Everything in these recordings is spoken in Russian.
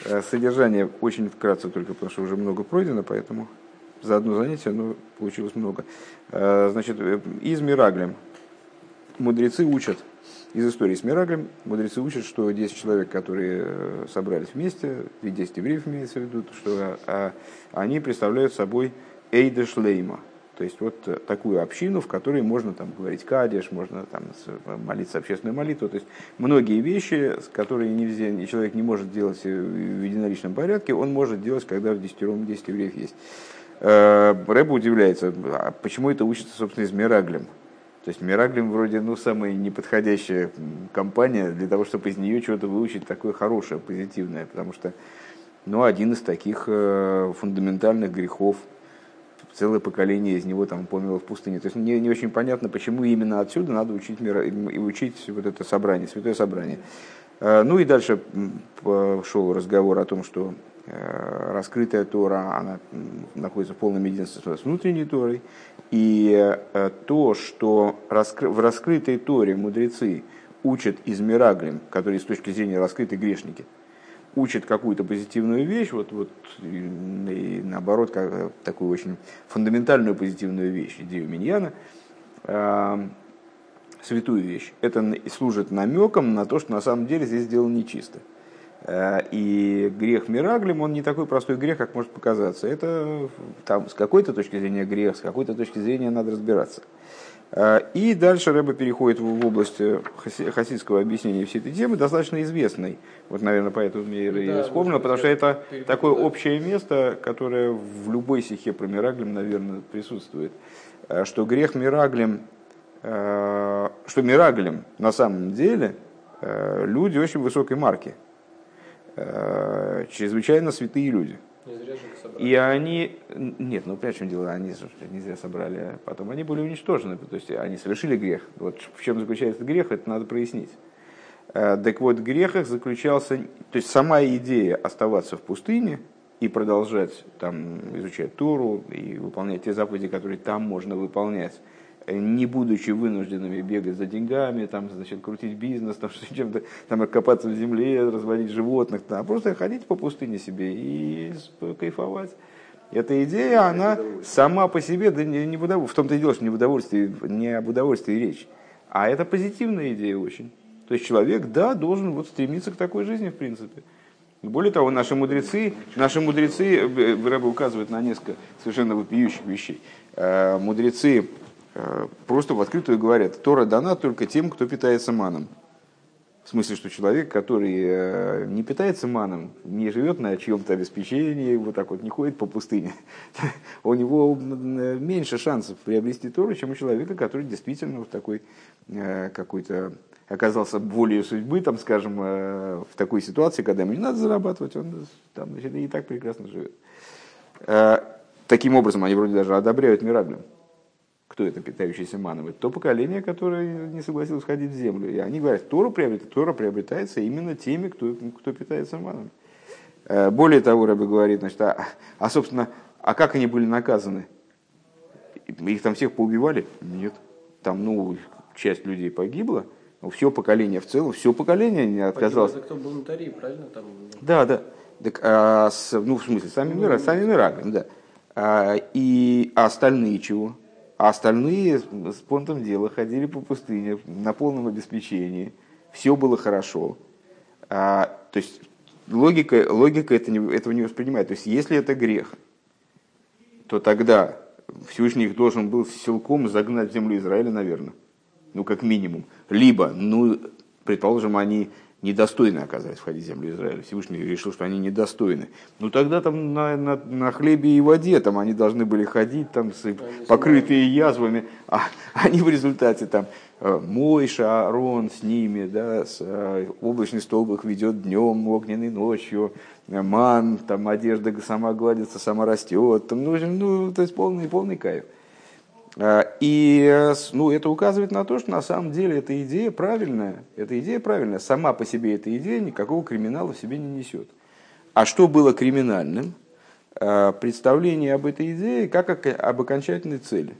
Содержание очень вкратце только, потому что уже много пройдено, поэтому за одно занятие получилось много. Значит, из Мираглим мудрецы учат, из истории с Мираглим мудрецы учат, что 10 человек, которые собрались вместе, 10 евреев имеется в виду, что они представляют собой Эйда Шлейма. То есть вот такую общину, в которой можно там говорить кадиш, можно там молиться общественную молитву. То есть многие вещи, которые человек не может делать в единоличном порядке, он может делать, когда в 10 евреев есть. Рэбе удивляется, почему это учится, собственно, из Мираглим. То есть Мираглим вроде самая неподходящая компания для того, чтобы из нее чего-то выучить такое хорошее, позитивное. Потому что один из таких фундаментальных грехов, целое поколение из него там помнило в пустыне. То есть не очень понятно, почему именно отсюда надо учить вот это собрание, святое собрание. И дальше пошел разговор о том, что раскрытая Тора, она находится в полном единстве с внутренней Торой. И то, что в раскрытой Торе мудрецы учат из Мираглим, которые с точки зрения раскрытой грешники, учат какую-то позитивную вещь, и наоборот, такую очень фундаментальную позитивную вещь, идею миньяна, святую вещь, это служит намеком на то, что на самом деле здесь сделано нечисто. И грех Мираглим, он не такой простой грех, как может показаться. Это там с какой-то точки зрения грех, с какой-то точки зрения надо разбираться. И дальше Рэбе переходит в область хасидского объяснения всей этой темы, достаточно известной. Вот, наверное, поэтому я и вспомнил, потому что это такое общее место, которое в любой сихе про Мираглим, наверное, присутствует. Что грех Мираглим, что Мираглим на самом деле люди очень высокой марки. Чрезвычайно святые люди. И они, нет, понимаешь, в чем дело, они не зря собрали, а потом они были уничтожены, то есть они совершили грех. Вот в чем заключается грех, это надо прояснить. Так вот, грех их заключался, то есть сама идея оставаться в пустыне и продолжать там изучать Тору и выполнять те заповеди, которые там можно выполнять, не будучи вынужденными бегать за деньгами, крутить бизнес, чем-то, копаться в земле, разводить животных, а просто ходить по пустыне себе и кайфовать. Эта идея, она сама по себе, в том-то и дело, что не об удовольствии речь, а это позитивная идея очень. То есть человек, должен стремиться к такой жизни, в принципе. Более того, наши мудрецы, Рэбе указывают на несколько совершенно вопиющих вещей. Мудрецы просто в открытую говорят, Тора дана только тем, кто питается маном. В смысле, что человек, который не питается маном, не живет на чьем-то обеспечении, не ходит по пустыне, у него меньше шансов приобрести Тору, чем у человека, который действительно какой-то оказался волею судьбы, в такой ситуации, когда ему не надо зарабатывать, он и так прекрасно живет. Таким образом, они вроде даже одобряют Мираглим. Кто это питающийся маном? Это то поколение, которое не согласилось ходить в землю. И они говорят, Тора приобретается именно теми, кто питается маном. Более того, Рэбе говорит, собственно, как они были наказаны? Их там всех поубивали? Нет. Там, часть людей погибла, но все поколение в целом, все поколение не отказалось. Это кто был на Таре, правильно? Да. Так, в смысле, сами Мираглим, да. И остальные чего? А остальные с понтом дела ходили по пустыне на полном обеспечении. Все было хорошо. То есть логика этого не воспринимает. То есть если это грех, то тогда Всевышний их должен был силком загнать в землю Израиля, наверное. Как минимум. Либо, предположим, они недостойны оказались входить в землю Израиля. Всевышний решил, что они недостойны. Тогда там на хлебе и воде они должны были ходить, покрытые язвами, а они в результате Мойша, Аарон с ними, облачный столб их ведет днем, огненной ночью, ман, одежда сама гладится, сама растет, то есть полный кайф. И это указывает на то, что на самом деле эта идея правильная. Сама по себе эта идея никакого криминала в себе не несет. А что было криминальным? Представление об этой идее как об окончательной цели.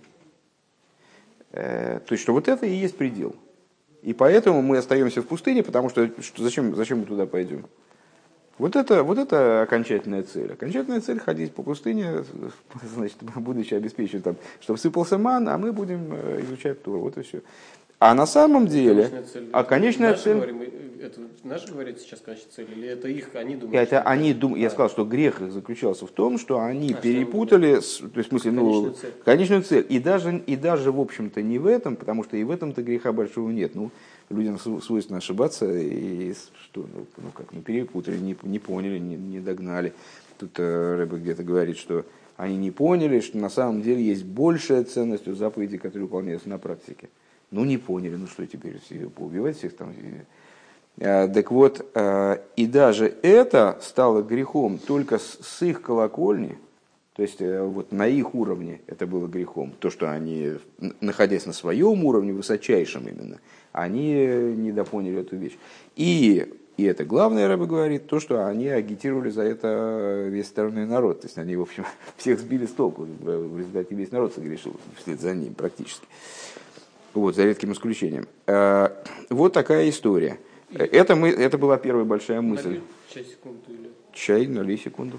То есть, что это и есть предел. И поэтому мы остаемся в пустыне, потому что зачем мы туда пойдем? Вот это окончательная цель. Окончательная цель — ходить по пустыне, значит, будучи обеспечен там, чтобы сыпался ман, а мы будем изучать Тору. Вот и все. А на самом деле, конечная цель. Это наши говорят сейчас конечная цель, или это их, они думают? Это они думают. Я сказал, что грех их заключался в том, что они перепутали, то есть, в смысле, конечную цель. И даже, в общем-то, не в этом, потому что и в этом-то греха большого нет. Людям свойственно ошибаться, и что, перепутали, не поняли, не догнали. Тут Рэбе где-то говорит, что они не поняли, что на самом деле есть большая ценность у заповедей, которые выполняются на практике. Не поняли, что теперь поубивать всех там. Так вот, и даже это стало грехом только с их колокольни, то есть вот на их уровне это было грехом. То, что они, находясь на своем уровне, высочайшем именно, они недопоняли эту вещь. И это главное, Рэбе говорит, то, что они агитировали за это весь остальной народ. То есть они, в общем, всех сбили с толку. В результате весь народ согрешил вслед за ним практически. Вот, за редким исключением. Вот такая история. Это была первая большая мысль. Чай, секунду или... Чай, налей секунду.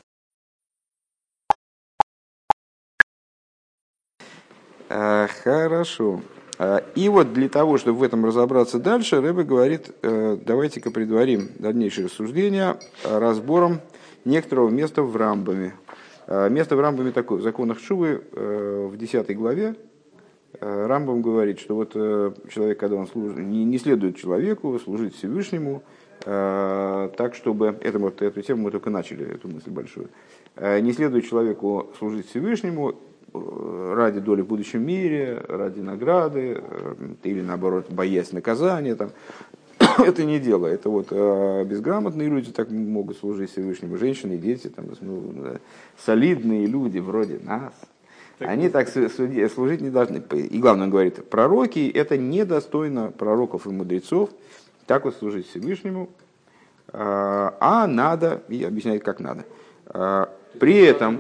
Хорошо. И вот для того, чтобы в этом разобраться дальше, Рэбе говорит, давайте-ка предварим дальнейшее рассуждение разбором некоторого места в Рамбаме. Место в Рамбаме такое, в законах Шувы, в 10 главе, Рамбам говорит, что вот человек, когда он служит, не следует человеку служить Всевышнему, так, чтобы... Эту тему мы только начали, эту мысль большую. Не следует человеку служить Всевышнему ради доли в будущем мире, ради награды, или наоборот, боясь наказания. Там. Это не дело. Это вот безграмотные люди так могут служить Всевышнему, женщины, дети, там, солидные люди вроде нас. Они так служить не должны. И главное, он говорит, пророки — это недостойно пророков и мудрецов так вот служить Всевышнему, а надо, и объясняет, как надо. При этом,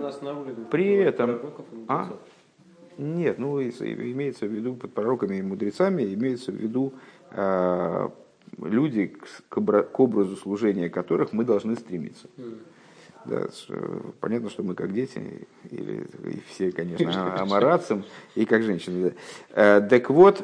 нет, имеется в виду под пророками и мудрецами, имеется в виду люди, к образу служения которых мы должны стремиться. Да, понятно, что мы как дети, или и все, конечно, амарацам, и как женщины. Да. Так вот,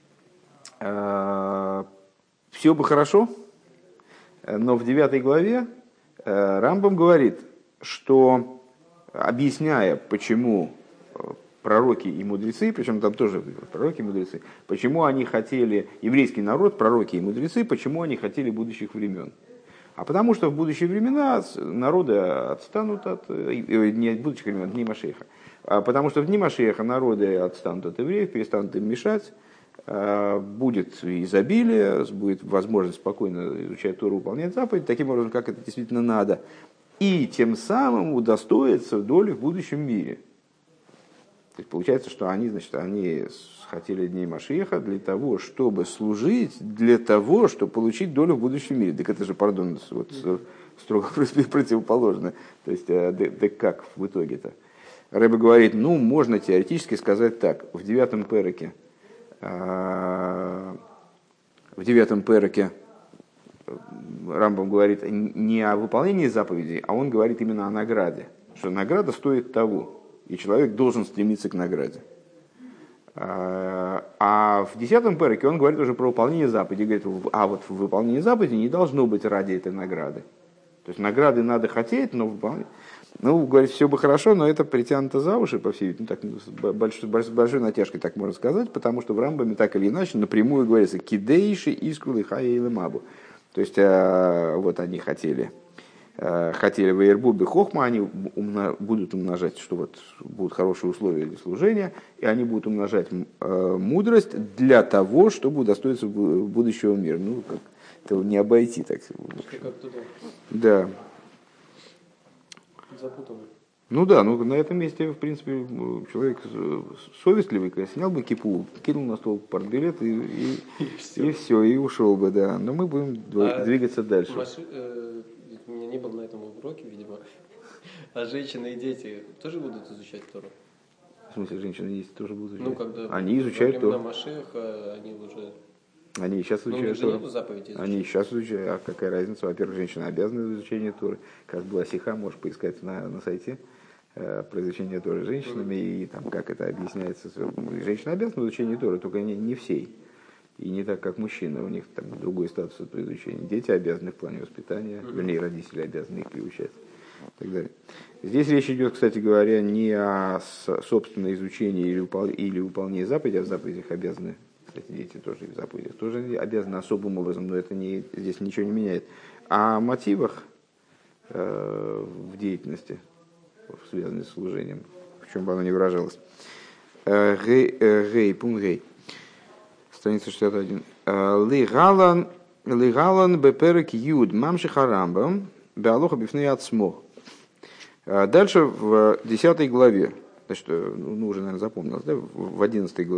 все бы хорошо, но в 9 главе Рамбам говорит, что, объясняя, почему пророки и мудрецы, причем там тоже пророки и мудрецы, почему они хотели, еврейский народ, пророки и мудрецы, почему они хотели будущих времен. А потому что в будущие времена народы отстанут от... Не будущих времен, дней Машеха. Потому что в дни Машеха народы отстанут от евреев, перестанут им мешать, будет изобилие, будет возможность спокойно изучать Тору, выполнять заповеди, таким образом, как это действительно надо. И тем самым удостоиться доли в будущем мире. То есть получается, что они хотели дней Машиаха для того, чтобы служить, для того, чтобы получить долю в будущем мире. Так это же, пардон, вот, строго противоположно. То есть, да как в итоге-то? Рэбе говорит, можно теоретически сказать так. В 9 переке Рамбам говорит не о выполнении заповедей, а он говорит именно о награде. Что награда стоит того, и человек должен стремиться к награде. А в 10 переке он говорит уже про выполнение заповедей. Говорит, а вот в выполнении заповедей не должно быть ради этой награды. То есть награды надо хотеть, но выполнять. Говорит, все бы хорошо, но это притянуто за уши, по всей видимости, с большой натяжкой, так можно сказать, потому что в Рамбаме так или иначе напрямую говорится «кидейши искулы хаэйлэ мабу». То есть вот они хотели вейрбу бехохма, они будут умножать, что вот будут хорошие условия для служения, и они будут умножать мудрость для того, чтобы удостоиться будущего мира. Как это не обойти так. Да. Запутанно. На этом месте, в принципе, человек совестливый, снял бы кипу, кинул на стол партбилет и все, и ушел бы, да. Но мы будем двигаться дальше. У меня не было на этом уроке, видимо. А женщины и дети тоже будут изучать Тору? В смысле, женщины и дети тоже будут изучать? Когда они изучают Тору. Во времена Машиаха они уже... Они сейчас изучают Тору. Они сейчас изучают. А какая разница? Во-первых, женщина обязана в изучении Торы. Как была сиха, можешь поискать на сайте про изучение Торы женщинами, и там, как это объясняется. Женщина обязана в изучении Торы, только не всей. И не так, как мужчина. У них там другой статус по изучению. Дети обязаны в плане воспитания, вернее, родители обязаны их приучать. И так далее. Здесь речь идет, кстати говоря, не о собственном изучении или выполнении заповедей, а в заповедях обязаны, кстати, дети тоже и в заповедях тоже обязаны особым образом, но это здесь ничего не меняет, а о мотивах в деятельности, связанной с служением, в чем бы оно ни выражалось. Пункт Гей. Страница 61. Лигалан беперек юд мамши харамбам беалоха бифней ацмо. Дальше в 10 главе, значит, уже, наверное, запомнилось, да? В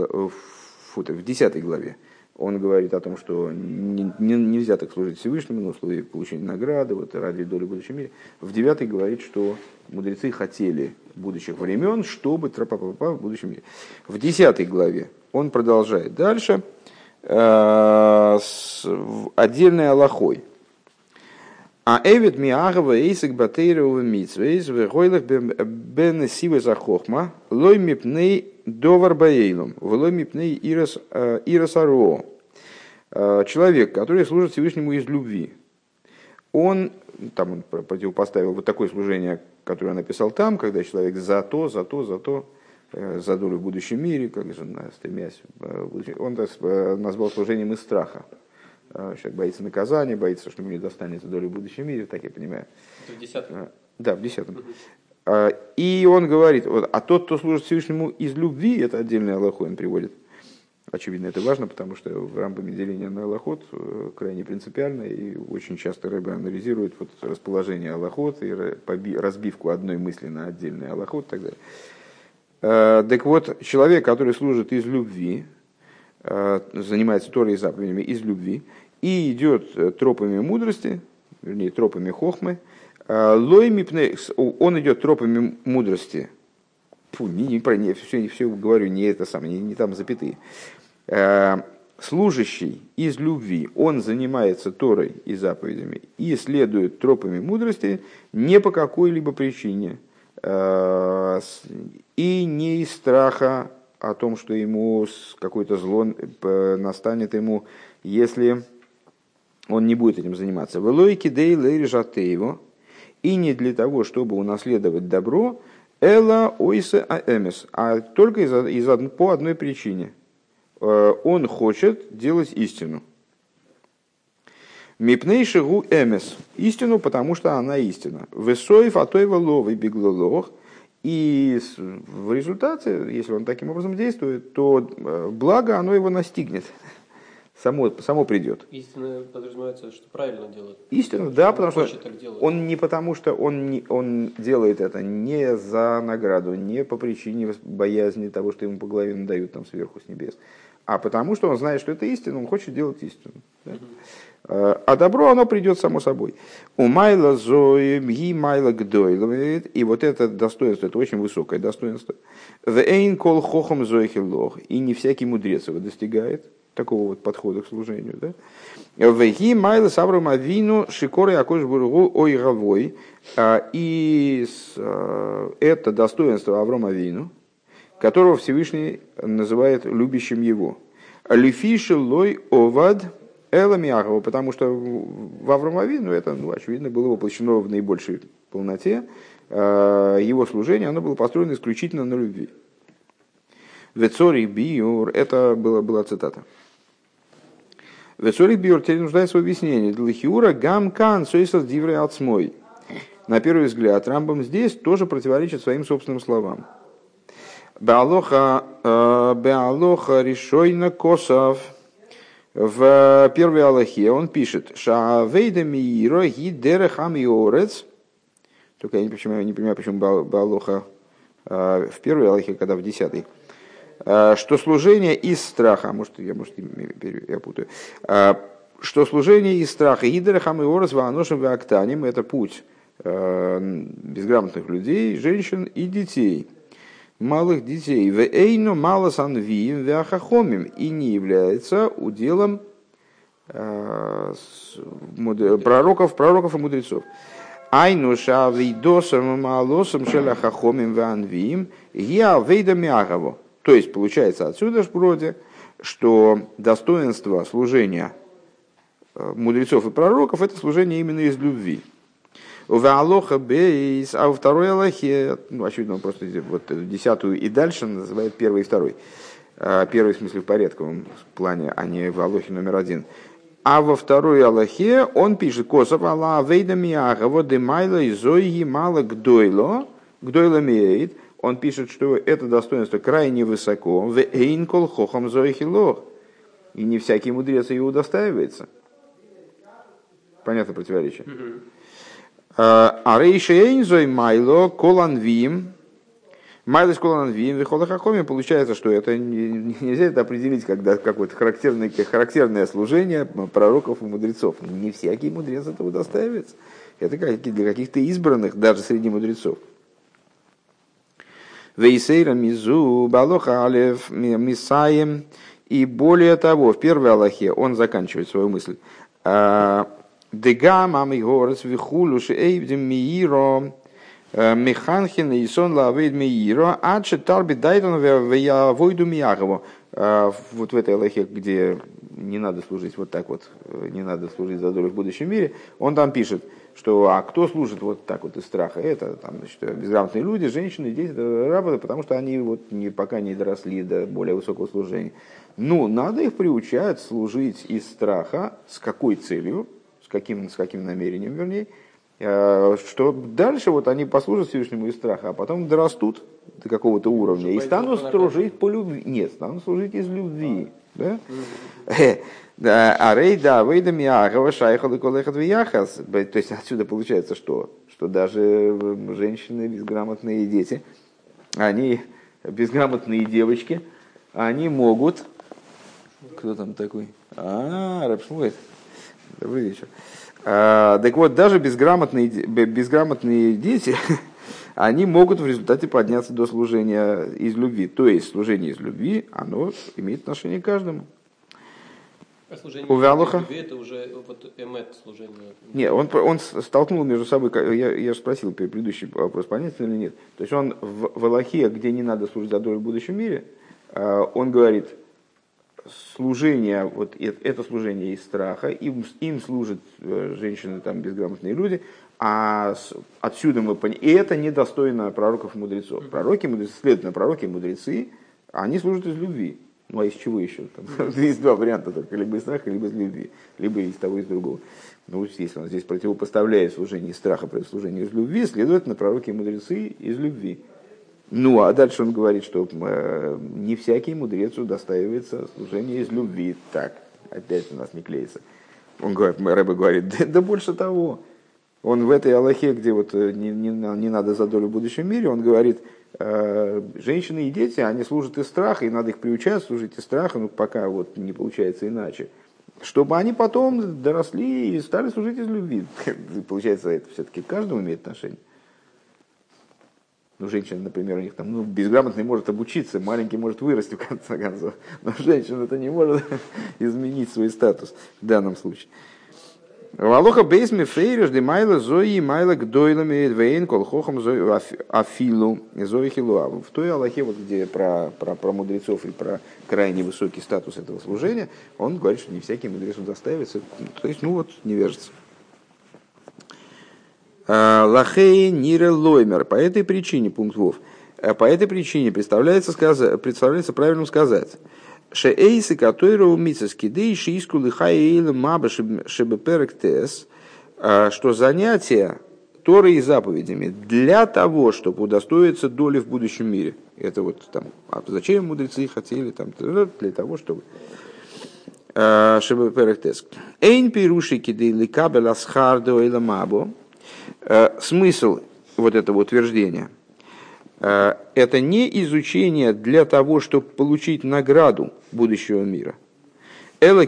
10 главе он говорит о том, что нельзя так служить Всевышнему на условии получения награды, вот, ради доли в будущем мире. В 9 говорит, что мудрецы хотели будущих времен, чтобы тропа-папа в будущем мире. В 10 главе он продолжает дальше с отдельной алахой. А эвид миагава эйсик батейрова митсвейс вегойлах бен сивы захохма лой мипней довар баейлом влой мипней ирасаро. Человек, который служит Всевышнему из любви, он противопоставил вот такое служение, которое он написал там, когда человек за долю в будущем мире, как же стремясь, он назвал служением из страха. Человек боится наказания, боится, что ему не достанется доля в будущем мире, так я понимаю. Это в 10-м? Да, в 10-м. И он говорит, а тот, кто служит Всевышнему из любви, это отдельный алахот он приводит. Очевидно, это важно, потому что в рамках деления на алахот крайне принципиально, и очень часто Рэбе анализирует вот расположение алахот и разбивку одной мысли на отдельный алахот и так далее. Так вот, человек, который служит из любви, занимается Торой и заповедями из любви и идет тропами мудрости, вернее, тропами хохмы, он идет тропами мудрости. Все говорю, не это самое, не там запятые. Служащий из любви, он занимается Торой и заповедями и следует тропами мудрости не по какой-либо причине и не из страха о том, что ему какое-то зло настанет ему, если он не будет этим заниматься. И не для того, чтобы унаследовать добро, эла ойсе аэмес, а только по одной причине. Он хочет делать истину. Мипней шигу эмес. Истину, потому что она истина. Весоев атоева лов и беглолох. И в результате, если он таким образом действует, то благо оно его настигнет. Само придет. Истина подразумевается, что правильно делает. Истина, да, потому что он не потому, что он делает это не за награду, не по причине боязни того, что ему по голове надают там сверху с небес, а потому что он знает, что это истина, он хочет делать истину. Да? А добро, оно придет само собой. У майла зоем, ги майла гдойловит. И вот это достоинство, это очень высокое достоинство. Вэйн кол хохом зоихиллох. И не всякий мудрец его достигает такого вот подхода к служению. Да? Вэйги майла саврам авину шикоры акош бургу ойговой. И это достоинство Аврома Авину, которого Всевышний называет любящим его. Люфиши лой овад Эламиахова, потому что в Аврому Авину это, очевидно, было воплощено в наибольшей полноте. Его служение, оно было построено исключительно на любви. Вецорих биюр, это была цитата. Вецорих биюр теперь нуждается в объяснении. Длахиура гамкан сойсас диврей ацмой. На первый взгляд, Рамбам здесь тоже противоречит своим собственным словам. Беалоха решойна косов. В первой алахе он пишет: «Шаавейда мииро ги дерехам иорец». Только я не понимаю, почему Баалоха в первой алахе, когда в 10-й. Что служение из страха, может я путаю, что служение из страха ги дерехам иорец вааношем ваактаним, это путь безграмотных людей, женщин и детей. Малых детей, вэйну мало санвием вяхахомим, и не является уделом пророков и мудрецов. Айнуша вейдосом малосом шелахахомим ванвим я вейдами агаво. То есть получается отсюда ж вроде, что достоинство служения мудрецов и пророков это служение именно из любви. А во второй алахе, очевидно, он просто вот 10-ю и дальше называет первый и второй. Первый в смысле в порядковом плане, а не в алохе номер 1. А во второй алахе он пишет: «Косов Аллах вейдами агаво демайла и зои мало гдойло меет». Он пишет, что это достоинство крайне высоко. В эйнкол хохам зои хилох. И не всякий мудрец ее удостаивается. Понятно противоречие? А рейши эйнзой майло коланвим. Майлос коланвим вихолахахоми. Получается, что это нельзя это определить как какое-то характерное служение пророков и мудрецов. Не всякий мудрец это удостаивается. Это для каких-то избранных, даже среди мудрецов. Вейсейра мизу балоха алев мисаем. И более того, в первой алахе он заканчивает свою мысль. Дега мами горец вихулу шеэйвдем мииро механхин и сон лавейд мииро адше тарби дайтон вейавойду миягово. Вот в этой алахе, где не надо служить вот так вот, не надо служить за долю в будущем мире, он там пишет, что а кто служит вот так вот из страха? Это там, значит, безграмотные люди, женщины, дети, рабы, потому что они вот пока не доросли до более высокого служения. Ну, надо их приучать служить из страха. С какой целью? С каким намерением, вернее, что дальше вот они послужат Всевышнему из страха, а потом дорастут до какого-то уровня и станут служить по любви. Нет, станут служить из любви. Да? А рейда выйдами агава шайхал и колехат вияхас. То есть отсюда получается, что даже женщины, безграмотные дети, они, безграмотные девочки, они могут... Кто там такой? Раб Шмуэль. Добрый вечер. Так вот, даже безграмотные дети, они могут в результате подняться до служения из любви. То есть служение из любви, оно имеет отношение к каждому. А служение из любви это уже вот эмет служение? Нет, он столкнул между собой, я же спросил предыдущий вопрос, понятен или нет. То есть он в алахе, где не надо служить за долю в будущем мире, он говорит, служение, вот это служение из страха, им служат женщины, там, безграмотные люди, а отсюда мы понимаем, и это недостойно пророков и мудрецов. Следовательно, пророки и мудрецы, они служат из любви. Ну а из чего еще? Там есть два варианта только, либо из страха, либо из любви, либо из того, и из другого. Ну, если он здесь противопоставляет служение из страха против служения из любви, следовательно, пророки и мудрецы из любви. Ну, а дальше он говорит, что не всякий мудрец удостаивается служения из любви. Так, опять у нас не клеится. Рэбе говорит, да больше того. Он в этой алахе, где вот не надо за долю в будущем мире, он говорит, женщины и дети, они служат из страха, и надо их приучать служить из страха, ну, пока вот не получается иначе. Чтобы они потом доросли и стали служить из любви. Получается, это все-таки к каждому имеет отношение. Ну, женщина, например, у них там, безграмотный может обучиться, маленький может вырасти в конце концов, но женщина-то не может изменить свой статус в данном случае. Валоха бейсми фейриш де майла зои майла гдойлами двейн колхохам афилу зои хилуа. В той алахе, вот где про мудрецов и про крайне высокий статус этого служения, он говорит, что не всякий мудрец удостаивается, то есть, невежится. Лахей нире лоймер. По этой причине, пункт Вов, по этой причине представляется правильным сказать, шеэйсы, которые умица скидей, шииску лихай эйла маба шебеперектес, что занятия Торой и заповедями для того, чтобы удостоиться доли в будущем мире. Это вот там, зачем мудрецы хотели, там, для того, чтобы шебеперектес. Эйн пируши кидей ликабел асхардо эйла мабо. Смысл вот этого утверждения – это не изучение для того, чтобы получить награду будущего мира. А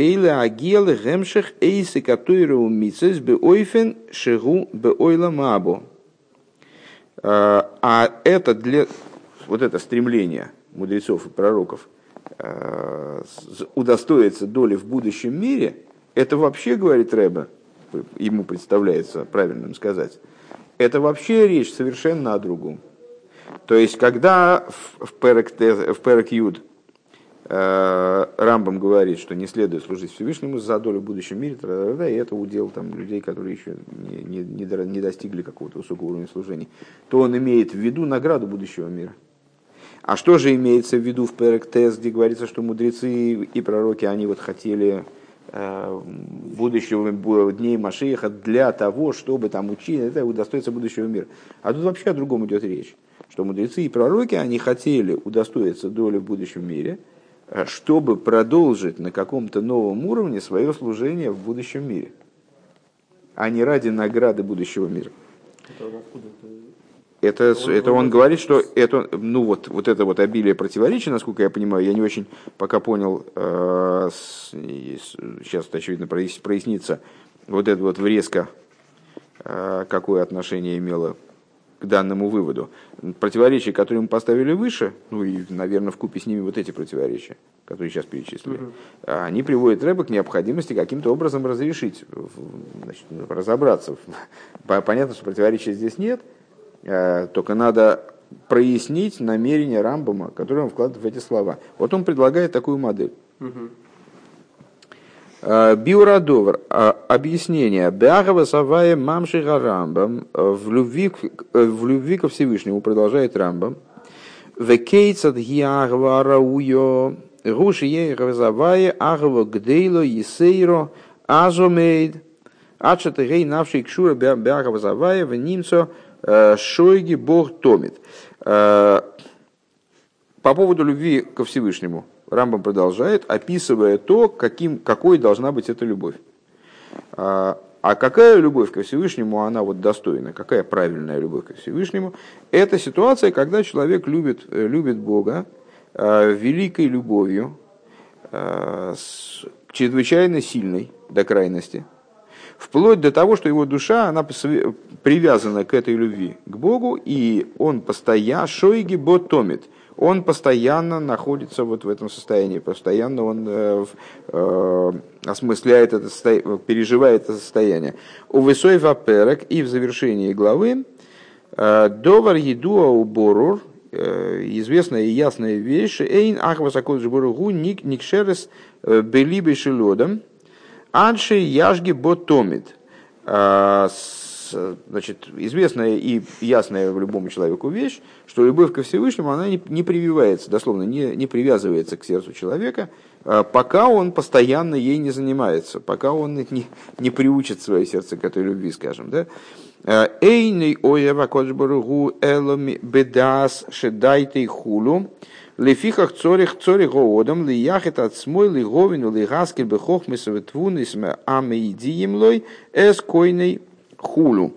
это для вот это стремление мудрецов и пророков удостоиться доли в будущем мире, это вообще, говорит Ребе, ему представляется правильным сказать, это вообще речь совершенно о другом. То есть, когда в Перек Юд Рамбам говорит, что не следует служить Всевышнему за долю в будущем мире, и это удел там, людей, которые еще не достигли какого-то высокого уровня служения, то он имеет в виду награду будущего мира. А что же имеется в виду в Перек Тес, где говорится, что мудрецы и пророки, они вот хотели будущего дней Машиаха для того, чтобы там учить, это удостоиться будущего мира. А тут вообще о другом идет речь, что мудрецы и пророки, они хотели удостоиться доли в будущем мире, чтобы продолжить на каком-то новом уровне свое служение в будущем мире, а не ради награды будущего мира. Это он говорит, что это, ну вот это вот обилие противоречий, насколько я понимаю, я не очень пока понял, сейчас очевидно прояснится, вот это вот врезка, какое отношение имело к данному выводу. Противоречия, которые мы поставили выше, ну и, наверное, вкупе с ними вот эти противоречия, которые сейчас перечислили, они приводят Ребе к необходимости каким-то образом разрешить, значит, разобраться. Понятно, что противоречия здесь нет, только надо прояснить намерение Рамбама, которое он вкладывает в эти слова. Вот он предлагает такую модель. Биурадовар. Объяснение. Беагава савая мамшиха Рамбам. В любви ко Всевышнему, продолжает Рамбам. Векейцад гиагва рауйо. Гуши егава завая агва гдейло есейро азомейд. Ачата гей навший кшура беагава завая в нимцо шойги Бог томит. По поводу любви ко Всевышнему Рамбам продолжает, описывая то, какой должна быть эта любовь. А какая любовь ко Всевышнему, она вот достойна, какая правильная любовь ко Всевышнему, это ситуация, когда человек любит Бога великой любовью, чрезвычайно сильной до крайности, вплоть до того, что его душа, она привязана к этой любви, к Богу, и он постоянно, шойги ботомит, он постоянно находится вот в этом состоянии, постоянно он осмысляет это состояние, переживает это состояние. У высой ваперек и в завершении главы довар едуа уборур, известная и ясная вещь, эйн ахвасакодж боругу никшерес белибе шелодом, Анши яжги ботомит. Значит, известная и ясная любому человеку вещь, что любовь ко Всевышнему, она не прививается, дословно, не привязывается к сердцу человека, пока он постоянно ей не занимается, пока он не приучит свое сердце к этой любви, скажем. Эйный оева коджбаругу эломи бедас шедайтей хулу. Лефихах цорих гоодам лияхет от смой лиговину лигаскер бехохмисовы твунисме амеидиемлой эскойной хулу.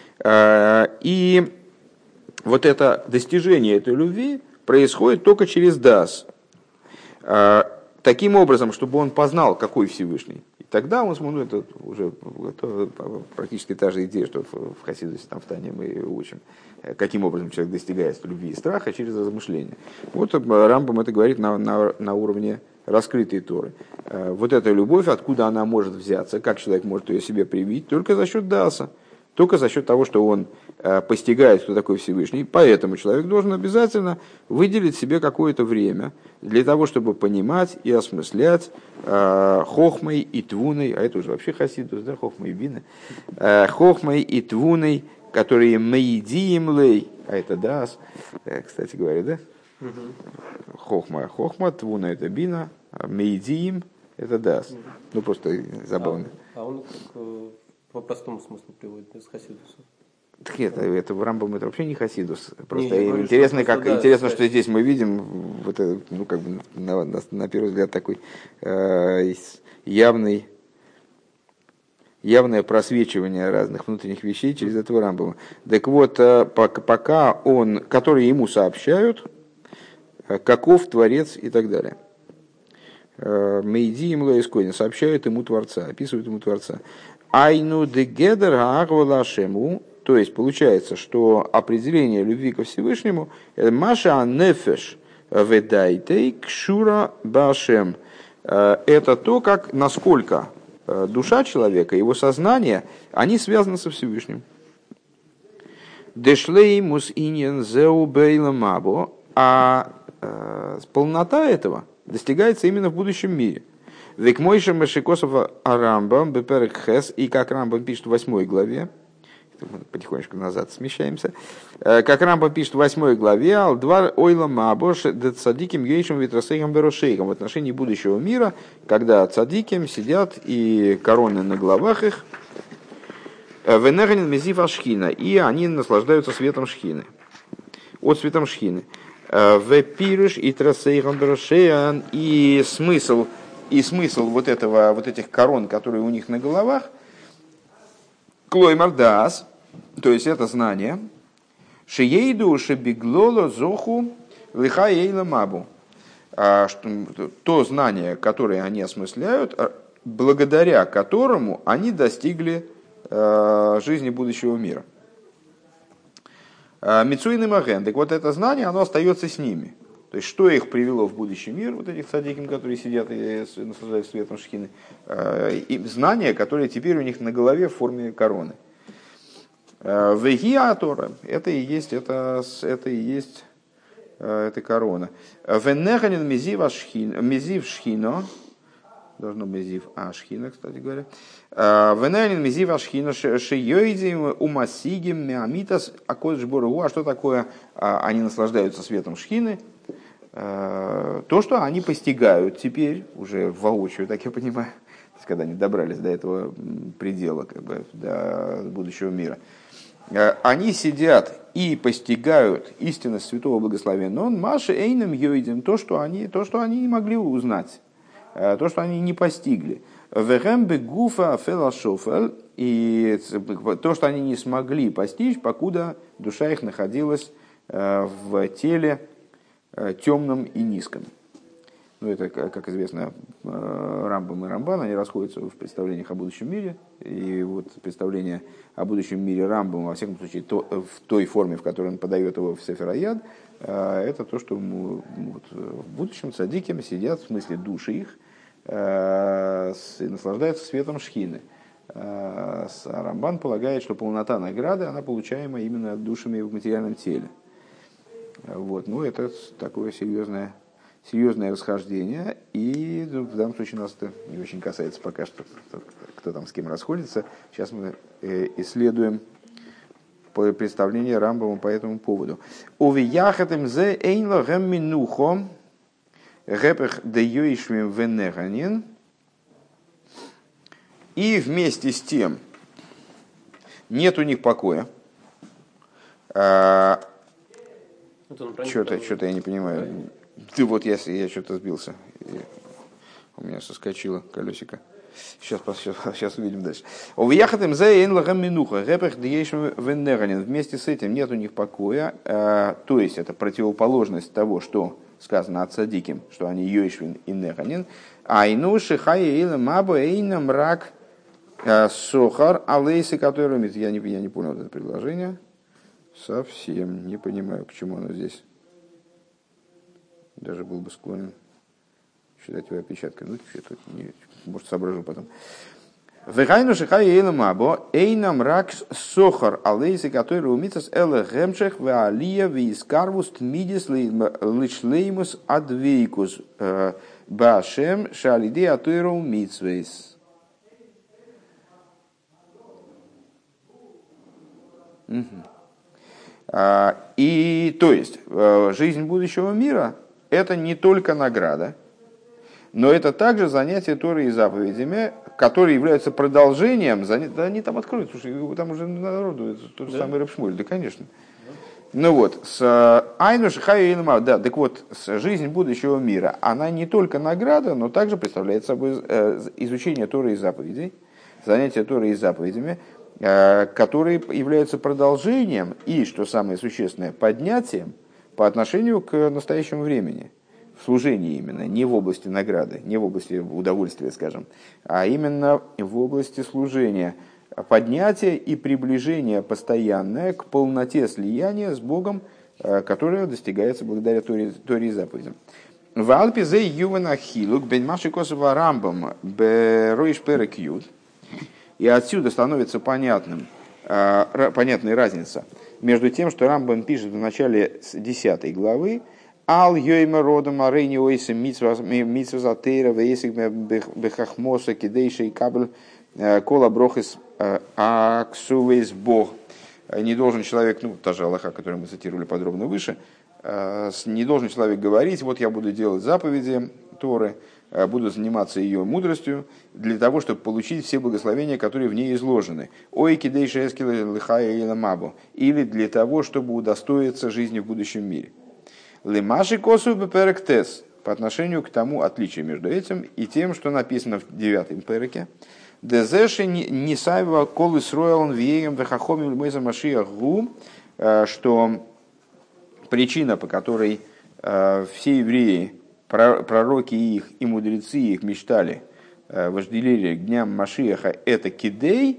И вот это достижение этой любви происходит только через дас. Таким образом, чтобы он познал, какой Всевышний. И тогда он сможет, это уже практически та же идея, что в Хасидусе, там в Тане мы учим, каким образом человек достигает любви и страха через размышления. Вот Рамбам это говорит на уровне раскрытой Торы. Вот эта любовь, откуда она может взяться, как человек может ее себе привить, только за счет даса. Только за счет того, что он постигает, кто такой Всевышний. Поэтому человек должен обязательно выделить себе какое-то время для того, чтобы понимать и осмыслять хохмой и твуной, а это уже вообще хасидус, да, хохмой и бина, хохмой и твуной, которые мейдием лей, а это дас, кстати говоря, да? Хохма, твуна это бина, мейдием это дас. Ну просто забавно. А он по простому смыслу приводит из хасидуса. Так это в Рамбам это вообще не хасидус. Просто не, интересно, просто, что здесь мы видим вот это, ну, как бы, на первый взгляд такой явное просвечивание разных внутренних вещей через этого Рамбама. Так вот, пока которые ему сообщают, каков Творец и так далее. Мейди им лоискойн, сообщают ему Творца, описывают ему Творца. Айну де гедер аагвалашему, то есть получается, что определение любви ко Всевышнему маша нефеш ведайтей кшура башем. Это то, насколько душа человека, его сознание, они связаны со Всевышним. Дешлеймус иньян зеу бейла мабо, а полнота этого достигается именно в будущем мире. Век мойша машикосов арамбам беперек хес, и как Рамбам пишет в 8 главе, потихонечку назад смещаемся, как Рамбам пишет в 8 главе, алдвар ойла мабош де цадиким ейшим витрасейхам берошейхам, в отношении будущего мира, когда цадиким сидят и короны на головах их, венернин мезив ашхина, и они наслаждаются светом шхины, от светом шхины. В пирыш и трасейхам берошеян, и смысл вот этих корон, которые у них на головах, клой мардас, то есть это знание, шиейду шебиглоло зоху лиха ейла мабу, то знание, которое они осмысляют, благодаря которому они достигли жизни будущего мира. Мицуин маген, так вот это знание, оно остается с ними. То есть, что их привело в будущий мир, вот этих цадиким, которые сидят и наслаждаются светом шхины, и знания, которые теперь у них на голове в форме короны. Вегиатора, это и есть эта корона. Венеханин мизив шхино, должно мизив ашхина, кстати говоря. Венеханин мизив ашхино шейойдим умасигим меамитас акодж боргу. А что такое они наслаждаются светом шхины? То, что они постигают теперь, уже воочию, так я понимаю, когда они добрались до этого предела, до будущего мира, они сидят и постигают истинность святого благословения, но он маши эйном йойдем, то, что они не могли узнать, то, что они не постигли. Вегембе гуфа фелашофель, и то, что они не смогли постичь, покуда душа их находилась в теле темном и низком. Ну, это, как известно, Рамбам и Рамбан, они расходятся в представлениях о будущем мире. И вот представление о будущем мире Рамбама, во всяком случае, в той форме, в которой он подает его в Сефер Аяд, это то, что вот, в будущем цадиким сидят, в смысле души их, и наслаждаются светом шхины. Рамбан полагает, что полнота награды, она получаема именно душами в материальном теле. Вот. Ну, это такое серьезное расхождение, и в данном случае нас это не очень касается пока что, кто там с кем расходится. Сейчас мы исследуем представление Рамбама по этому поводу. Увияхатым зе эйнла гамминухо гэпэх де йоишвим венеганин, и вместе с тем нет у них покоя. Что-то я не понимаю. Вот я что-то сбился. У меня соскочило колесико. Сейчас увидим дальше. Вместе с этим нет у них покоя. То есть это противоположность того, что сказано от цадиким, что они йойшвин и неганин. Айну шихай эйла маба эйна мрак сохар алейсы, которыми... Я не понял это предложение. Совсем не понимаю, почему оно здесь. Даже был бы склонен считать его опечаткой. Ну, что-то может, соображу потом. Вегайну шихай эйла мабо эйна мрак сохар алейсы, которые умитас эле гемшех ве алия ве искарвус тмидис лишлеймус адвейкус башем шалиде атуэру митсвейс. И то есть жизнь будущего мира — это не только награда, но это также занятие Торой и заповедями, которые являются продолжением занятий. Да они там откроют, слушай, там уже народу тот же самый Реб Шмуль, да, конечно. Ну вот, с Айну Шихаю Илма, да, так вот, жизнь будущего мира, она не только награда, но также представляет собой изучение Торы и заповедей, занятие Торой и заповедями, которые являются продолжением и, что самое существенное, поднятием по отношению к настоящему времени, в служении именно, не в области награды, не в области удовольствия, скажем, а именно в области служения, поднятия и приближения постоянное к полноте слияния с Богом, которое достигается благодаря Торе и заповедям. В Альпизе Ювена Хилук бен Маши Косова Рамбам Бероиш Перекют. И отсюда становится понятной разница между тем, что Рамбам пишет в начале 10 главы Ал Йойма Родом Арейни Ойса Митсвазатейра Вейсик Бехахмоса Кидейша и Кабель Кола Брохис Аксувейс Бог. Не должен человек, та же Аллаха, которую мы цитировали подробно выше, не должен человек говорить, вот я буду делать заповеди Торы, буду заниматься ее мудростью для того, чтобы получить все благословения, которые в ней изложены. Ой, кидейши эскилы лихая и ламабу. Или для того, чтобы удостоиться жизни в будущем мире. Лемаши косу беперектес. По отношению к тому отличию между этим и тем, что написано в 9 переке. Дезеши не сайва колы сроилан веем вехахомим льмойза машия гу, что причина, по которой все евреи, пророки их и мудрецы их мечтали, вожделели к дням Машиаха, это кидей,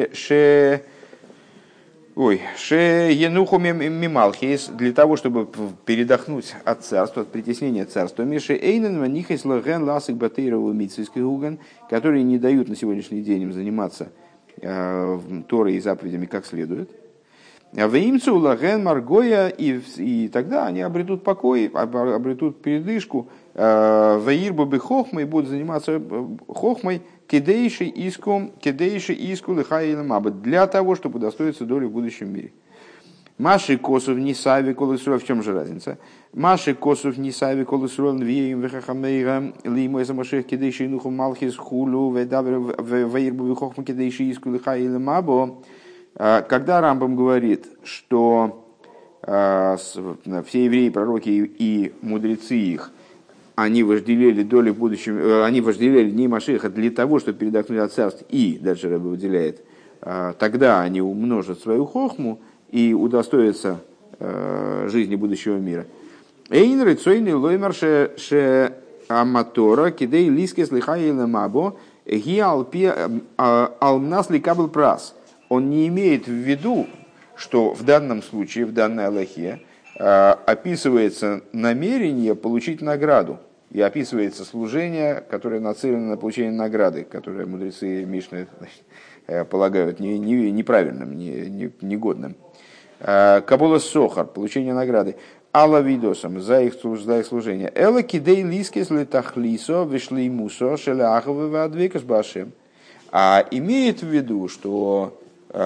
енуху мималхис, для того, чтобы передохнуть от царства, от притеснения царства, миши эйнен манихис лаген ласик батейрову митсвийский гуган, которые не дают на сегодняшний день им заниматься Торой и заповедями как следует. Ваимцу лаген маргоя, и тогда они обретут покой, обретут передышку. Ваирбу бы хохмой, будут заниматься хохмой, кидейши иску лихаилам маба, для того, чтобы удостоиться доли в будущем мире. Маши косов не сави колесров, в чем же разница? Маши косов не сави колесров веем вехахамейра лимой замаших кидейши нуху малхис хулу ваирбу бы хохма кидейши иску лихаилам маба. Когда Рамбам говорит, что все евреи, пророки и мудрецы их, они вожделели доли в будущем, они вожделели дни Машиаха для того, чтобы передохнуть от царств, и, дальше Рэбе выделяет, тогда они умножат свою хохму и удостоятся жизни будущего мира. Эйн рыцойный лоймар ше аматора кидей лискес лихаиле мабо ги алмнас ликабл прас. Он не имеет в виду, что в данном случае, в данной алахе, описывается намерение получить награду. И описывается служение, которое нацелено на получение награды, которое мудрецы Мишны полагают неправильным, негодным. Кабула сохар, получение награды. Алла видосом за их служение. Эла кидей лискес летахлисо вишли мусо шеляховы вадвекас башем. А имеет в виду, что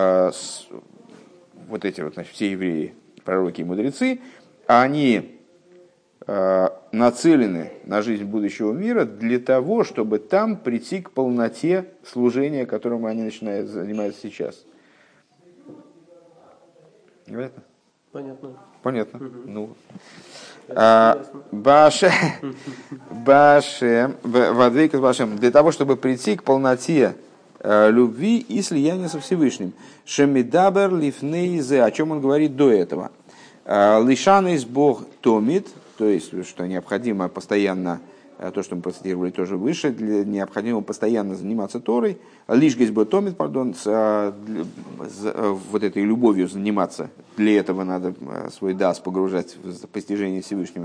вот эти все евреи, пророки и мудрецы, они нацелены на жизнь будущего мира для того, чтобы там прийти к полноте служения, которым они начинают заниматься сейчас. Понятно? Понятно. Ну. Башем, для того, чтобы прийти к полноте любви и слияния со Всевышним. Шемидабер лифнейзе, о чем он говорит до этого. Лишанис Бог томит, то есть, что необходимо постоянно, то, что мы процитировали тоже выше, необходимо постоянно заниматься Торой. Лишгис Бог томит, пардон, вот этой любовью заниматься. Для этого надо свой дас погружать в постижение Всевышнего.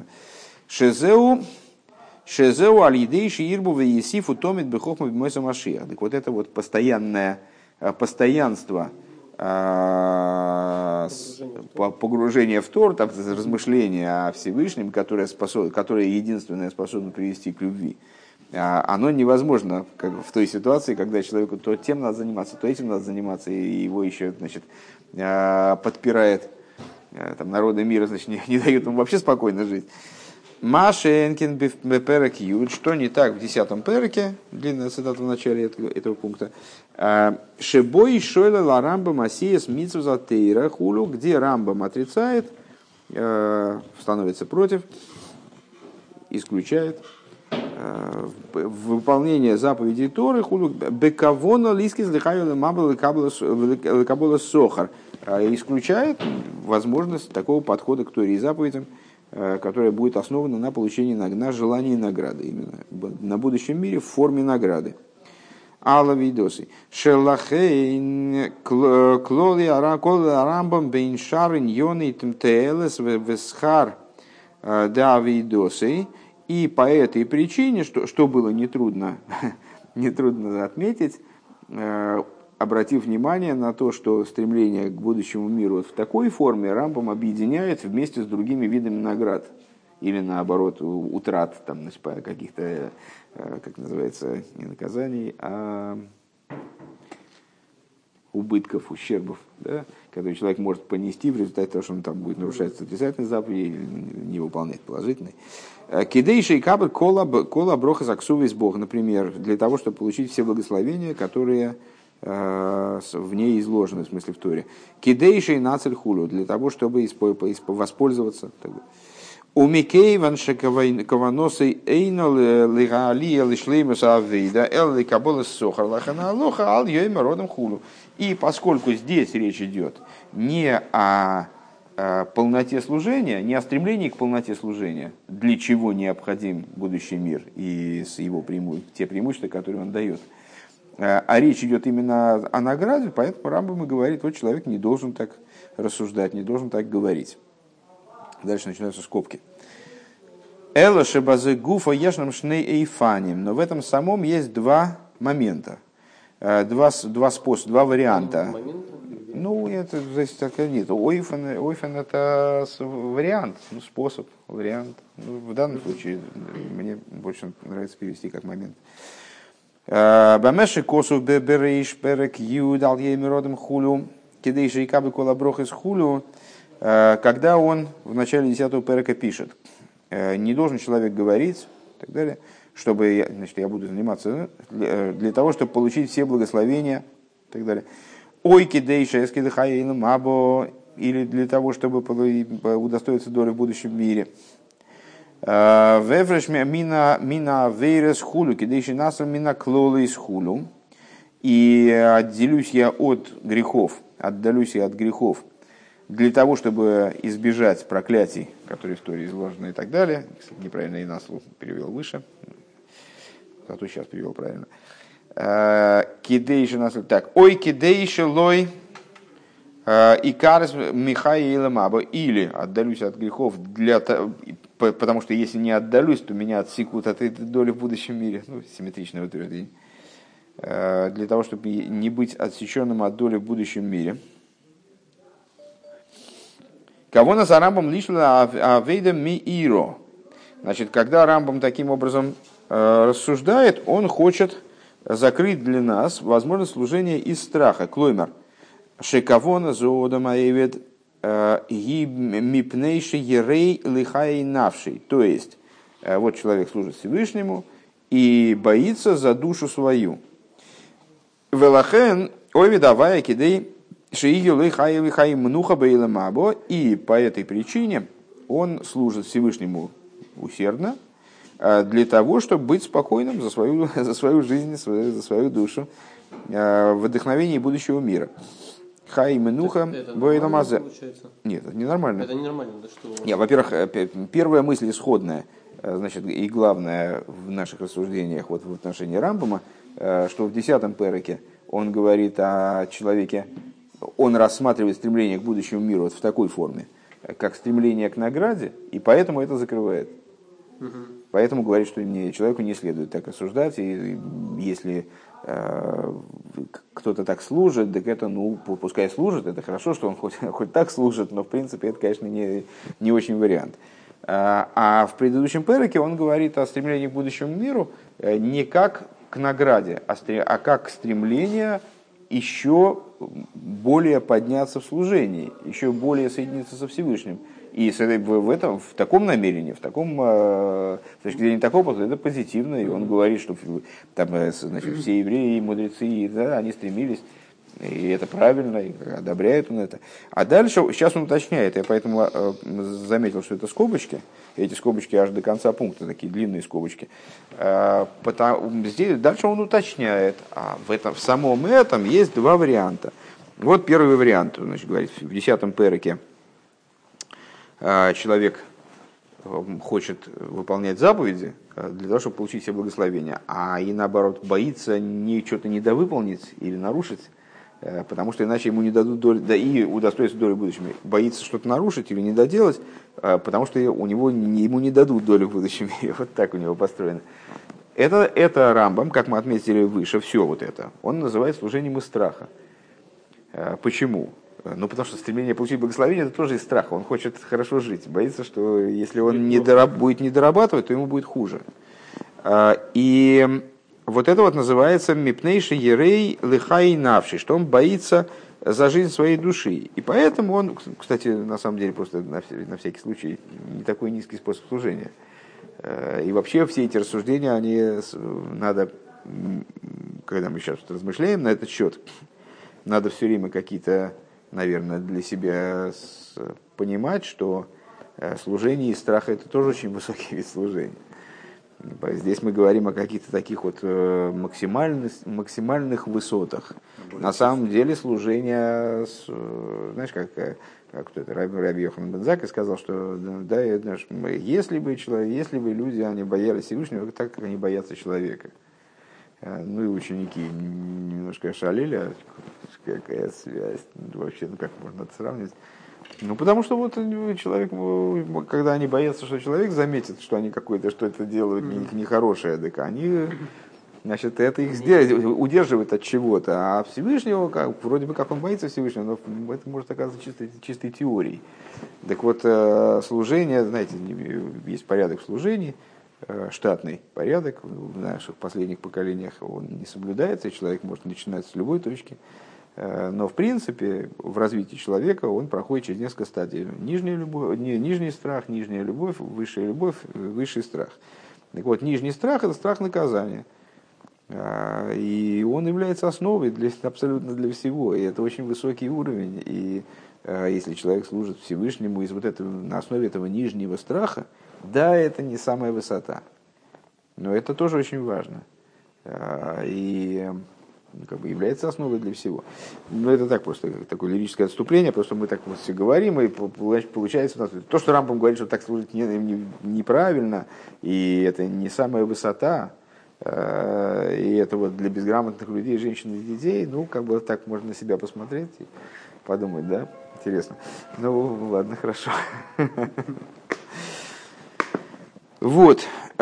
Шезеу алидейши ирбу веесифу томит бехохма бимойса машиах. Так вот это вот постоянное постоянство погружение в Тор, там, размышления о Всевышнем, которое единственное способно привести к любви, оно невозможно в той ситуации, когда человеку то тем надо заниматься, то этим надо заниматься, и его еще, значит, подпирает там, народы мира, значит, не дают ему вообще спокойно жить. Машенкин перек юд, что не так в 10-м переке, длинная цитата в начале этого пункта. Шебой шойла Рамбам асиес митсу затейра хулу, где Рамбам отрицает, становится против, исключает выполнение заповедей Торы хулу бекавона лискис лихайла мабл лекабола сохар, исключает возможность такого подхода к Торе и заповедям, которая будет основана на получении, на желании награды, именно на будущем мире в форме награды. Алла видосы. Шелахейн клоли арамбам бейншарин йоны тмтелес весхар да видосы. И по этой причине, что было нетрудно отметить, обратив внимание на то, что стремление к будущему миру вот в такой форме Рамбам объединяет вместе с другими видами наград. Или наоборот, утрат там, каких-то, как называется, не наказаний, а убытков, ущербов, да, которые человек может понести в результате того, что он там будет нарушать отрицательные заповеди или не выполнять положительные. Кидейший кабель кола броха заксува из Бога, например, для того, чтобы получить все благословения, которые в ней изложены, в смысле в Торе. Кидейший нацель хулу, для того, чтобы воспользоваться. У Микей ваншекаваносы эйнол лигалия лишлеймуса авейда эл ликаболес сохар лахана алоха ал йойма родом хулу. И поскольку здесь речь идет не о полноте служения, не о стремлении к полноте служения, для чего необходим будущий мир и его те преимущества, которые он дает, а речь идет именно о награде, поэтому Рамбам и говорит, вот человек не должен так рассуждать, не должен так говорить. Дальше начинаются скобки. Эла шебазе гуфа ешнам шней эйфаним. Но в этом самом есть два момента, два способа, два варианта. Ну, это зависит от нет. Ойфен это вариант, способ, вариант. В данном случае мне больше нравится перевести как момент. Бамеши косу берейш перек юд ал еймиродом хулю кидейши и кабы колаброх из хулю. Когда он в начале 10-го перека пишет, не должен человек говорить, и так далее, чтобы я буду заниматься для того, чтобы получить все благословения, и так далее. Ой, кидейша, эскидахаэйну мабо, или для того, чтобы удостоиться доли в будущем мире. Вевреш мина вейрес хулю, кидейши наср мина клолейс хулю. И отделюсь я от грехов, отдалюсь я от грехов, для того, чтобы избежать проклятий, которые в Торе изложены и так далее. Неправильно Инаслу перевел выше, зато сейчас перевел правильно. Кидейши Наслу. Так, ой, кидейши лой икарс Михаила Маба. Или отдалюсь от грехов, потому что если не отдалюсь, то меня отсекут от этой доли в будущем мире. Симметричное утверждение. Для того, чтобы не быть отсеченным от доли в будущем мире. Кого нас Рамбам лишила авейда мииро. Значит, когда Рамбам таким образом рассуждает, он хочет закрыть для нас возможность служения из страха. Клоймер. Шекавона зоодам аевед мипнейши ерей лихай навший. То есть, вот человек служит Всевышнему и боится за душу свою. Велахен ойведавая кидей. И по этой причине он служит Всевышнему усердно для того, чтобы быть спокойным за свою жизнь, за свою душу в вдохновении будущего мира. Хай Менуха Бойламазе. Нет, это ненормально. Это ненормально, да что? Нет, во-первых, первая мысль исходная, значит, и главное в наших рассуждениях вот в отношении Рамбама, что в 10-м переке он говорит о человеке. Он рассматривает стремление к будущему миру вот в такой форме, как стремление к награде, и поэтому это закрывает. Поэтому говорит, что человеку не следует так рассуждать, и если кто-то так служит, так это, пускай служит, это хорошо, что он хоть так служит, но в принципе это, конечно, не очень вариант. А в предыдущем переке он говорит о стремлении к будущему миру не как к награде, а как к стремлению еще более подняться в служении, еще более соединиться со Всевышним. И в таком намерении, с точки зрения такого подхода, это позитивно. И он говорит, что там, значит, все евреи, мудрецы, да, они стремились, и это правильно, и одобряет он это. А дальше, сейчас он уточняет, я поэтому заметил, что это скобочки, эти скобочки аж до конца пункта, такие длинные скобочки. Здесь, дальше он уточняет, в самом этом есть два варианта. Вот первый вариант, значит, говорит, в 10-м переке человек хочет выполнять заповеди для того, чтобы получить все благословения, и наоборот боится что-то недовыполнить или нарушить потому что иначе ему не дадут долю, да и удостоится доли в будущем. Боится что-то нарушить или не доделать, потому что ему не дадут долю в будущем мире. Вот так у него построено. Это Рамбам, как мы отметили выше, все вот это, он называет служением из страха. Почему? Ну, потому что стремление получить благословение – это тоже из страха. Он хочет хорошо жить, боится, что если он будет не дорабатывать, то ему будет хуже. И вот это вот называется «мипнейши ерей лихай навши», что он боится за жизнь своей души. И поэтому он, кстати, на самом деле, просто на всякий случай, не такой низкий способ служения. И вообще все эти рассуждения, они надо, когда мы сейчас размышляем на этот счет, надо все время какие-то, наверное, для себя понимать, что служение из страха – это тоже очень высокий вид служения. Здесь мы говорим о каких-то таких вот максимальных высотах. На самом деле служение, знаешь, как кто-то, Раби Йохан бен Заккай сказал, что да, если бы люди они боялись Всевышнего, так как они боятся человека. Ну и ученики немножко шалели, а какая связь, вообще, как можно это сравнивать? Ну, потому что вот человек, когда они боятся, что человек заметит, что они какое-то, что это делают нехорошее, так они, значит, это их удерживает от чего-то. А Всевышнего, вроде бы как он боится Всевышнего, но это может оказаться чистой теорией. Так вот, служение, знаете, есть порядок в служении, штатный порядок, в наших последних поколениях он не соблюдается, и человек может начинать с любой точки. Но в принципе в развитии человека он проходит через несколько стадий. Нижний страх, нижняя любовь, высший страх. Так вот, нижний страх – это страх наказания. И он является основой абсолютно для всего. И это очень высокий уровень. И если человек служит Всевышнему на основе этого нижнего страха, да, это не самая высота. Но это тоже очень важно. И является основой для всего. Но это так просто такое лирическое отступление, просто мы так вот все говорим, и получается у нас то, что Рамбам говорит, что так служить неправильно, и это не самая высота, и это вот для безграмотных людей, женщин и детей, так можно на себя посмотреть и подумать, да, интересно. Ну, ладно, хорошо. Вот. И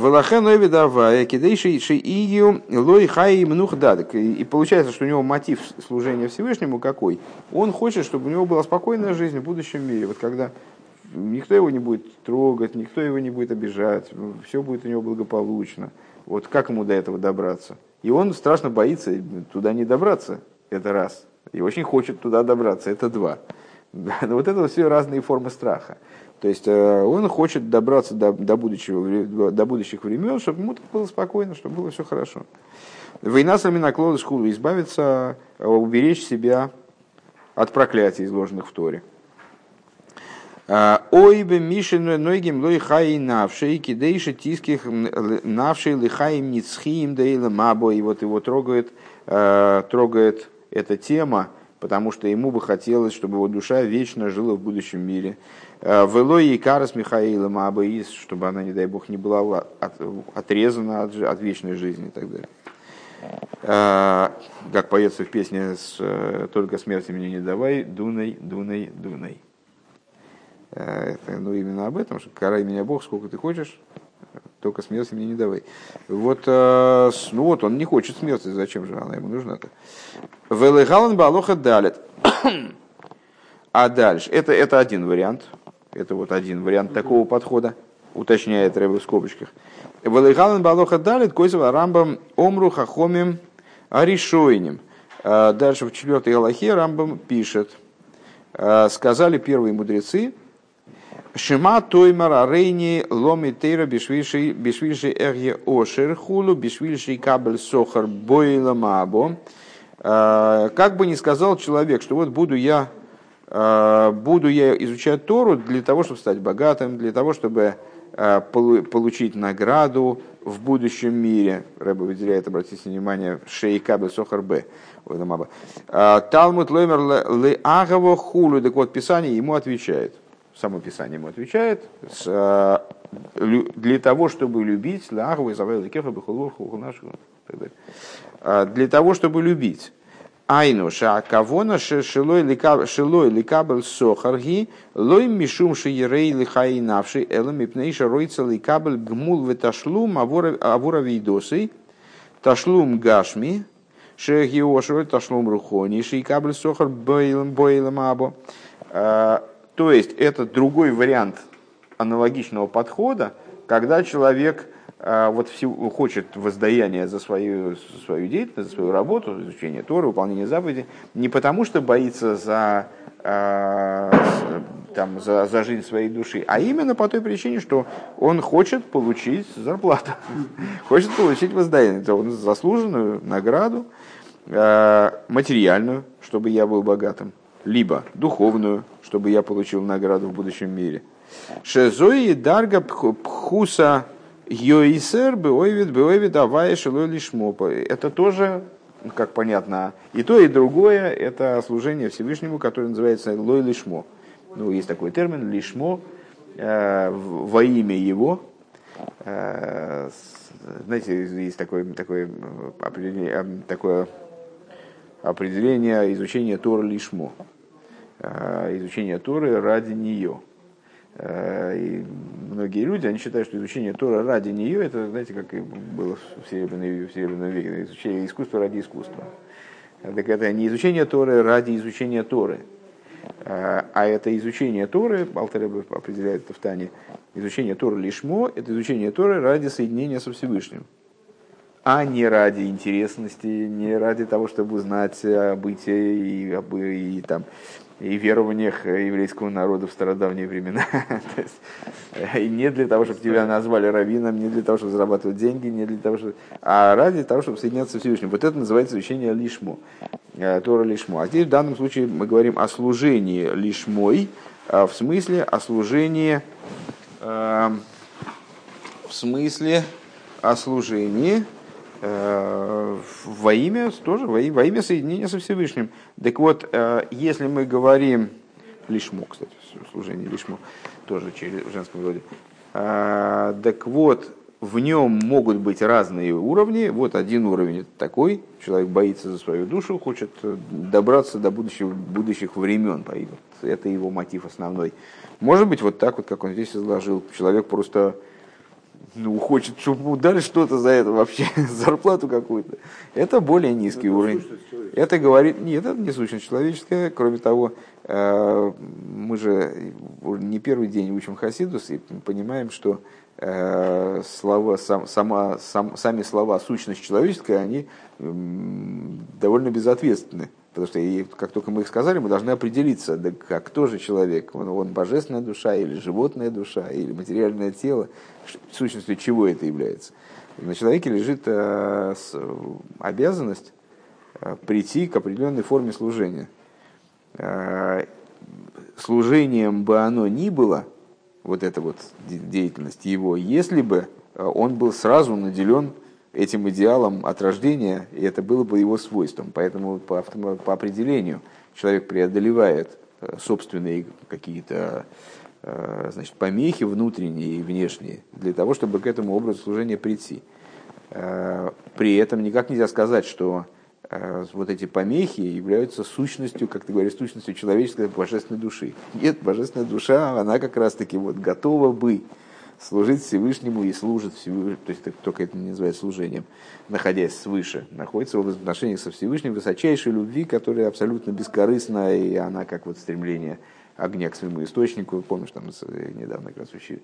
получается, что у него мотив служения Всевышнему какой? Он хочет, чтобы у него была спокойная жизнь в будущем мире. Вот когда никто его не будет трогать, никто его не будет обижать, все будет у него благополучно. Вот как ему до этого добраться? И он страшно боится туда не добраться, это раз. И очень хочет туда добраться, это два. Но вот это все разные формы страха. То есть он хочет добраться до будущих времен, чтобы ему было спокойно, чтобы было все хорошо. Война сами наклонна школу избавиться, уберечь себя от проклятий, изложенных в Торе. Ойбе мишену нойгим лой хаи навшей кидейши тиских навшей лихаим ницхиим дейла мабо. И вот его трогает эта тема, потому что ему бы хотелось, чтобы его душа вечно жила в будущем мире. Велой и карас Михаила Маабаис, чтобы она, не дай бог, не была отрезана от вечной жизни и так далее. Как поется в песне «Только смерти мне не давай, Дунай, Дунай, Дунай». Это, именно об этом, что карай меня Бог, сколько ты хочешь, только смерти мне не давай. Вот он не хочет смерти, зачем же она ему нужна-то? Велегалан балоха далит. А дальше, это один вариант. Это вот один вариант такого подхода, уточняет Рэбе в скобочках. Велегалан балоха далит, койзова Рамбам омру хахомим аришойним. Дальше в 4-й галахе Рамбам пишет. Сказали первые мудрецы, Шима тоймар арейни ломи тейра бишвильши эрге ошер хулу бишвильши кабель сохар бойла мабо. Как бы ни сказал человек, что вот буду я изучать Тору для того, чтобы стать богатым, для того, чтобы получить награду в будущем мире. Рэбе выделяет, обратите внимание, шейкабе сохар б. Талмуд лоймер ле агаво хулу. Так вот, Писание ему отвечает. Само Писание ему отвечает. Для того, чтобы любить, для того, чтобы любить. Айну шаакавона шилой ликабель сохарги лой мишум шиерей лихаинавший элами пнейша ройца ликабель гмул веташлум авура видосой ташлум гашми шегиошрой ташлум рухони шикабель сохар бойлем або. То есть это другой вариант аналогичного подхода, когда человек хочет воздаяния за свою деятельность, за свою работу, изучение Торы, выполнение заповедей, не потому что боится за жизнь своей души, а именно по той причине, что он хочет получить зарплату, хочет получить воздаяние, он заслуженную награду, материальную, чтобы я был богатым, либо духовную, чтобы я получил награду в будущем мире. Шезои дарга пхуса йоисер беовид авая шилой лишмо. Это тоже, как понятно, и то, и другое, это служение Всевышнему, которое называется лой лишмо. Ну, есть такой термин лишмо, во имя его. Знаете, есть такое определение изучения Торы лишмо. Изучение Торы ради нее. И многие люди, они считают, что изучение Торы ради нее, это, знаете, как и было в Серебряном веке, изучение искусства ради искусства. Так это не изучение Торы ради изучения Торы, а это изучение Торы, Алтер Ребе определяет это в Тане, изучение Торы лишмо, это изучение Торы ради соединения со Всевышним, а не ради интересности, не ради того, чтобы узнать о бытии и верованиях еврейского народа в стародавние времена. И не для того, чтобы тебя назвали раввином, не для того, чтобы зарабатывать деньги, не для того, а ради того, чтобы соединяться со Всевышним. Вот это называется изучение лишмо, Тора лишмо. А здесь в данном случае мы говорим о служении лишмой, в смысле о служении во имя соединения со Всевышним. Так вот, если мы говорим лишмо, кстати, служение лишмо, тоже в женском роде, так вот, в нем могут быть разные уровни. Вот один уровень такой, человек боится за свою душу, хочет добраться до будущих времен, это его мотив основной. Может быть, вот так вот, как он здесь изложил, человек просто хочет, чтобы дали что-то за это вообще, зарплату какую-то. Это более низкий уровень. Это говорит, нет, это не сущность человеческая. Кроме того, мы же не первый день учим Хасидус и понимаем, что сами слова сущность человеческая, они довольно безответственны. Потому что как только мы их сказали, мы должны определиться, да, кто же человек, он божественная душа, или животная душа, или материальное тело, сущностью чего это является. На человеке лежит обязанность прийти к определенной форме служения. Служением бы оно ни было, вот эта вот деятельность его, если бы он был сразу наделен этим идеалом от рождения, и это было бы его свойством. Поэтому по определению человек преодолевает собственные какие-то помехи внутренние и внешние для того, чтобы к этому образу служения прийти. При этом никак нельзя сказать, что вот эти помехи являются сущностью, как ты говоришь, сущностью человеческой божественной души. Нет, божественная душа, она как раз-таки готова бы служить Всевышнему и служит Всевышнему, то есть только это не называется служением, находясь свыше, находится в отношениях со Всевышним, высочайшей любви, которая абсолютно бескорыстна, и она как стремление огня к своему источнику, помнишь, там недавно как раз учили.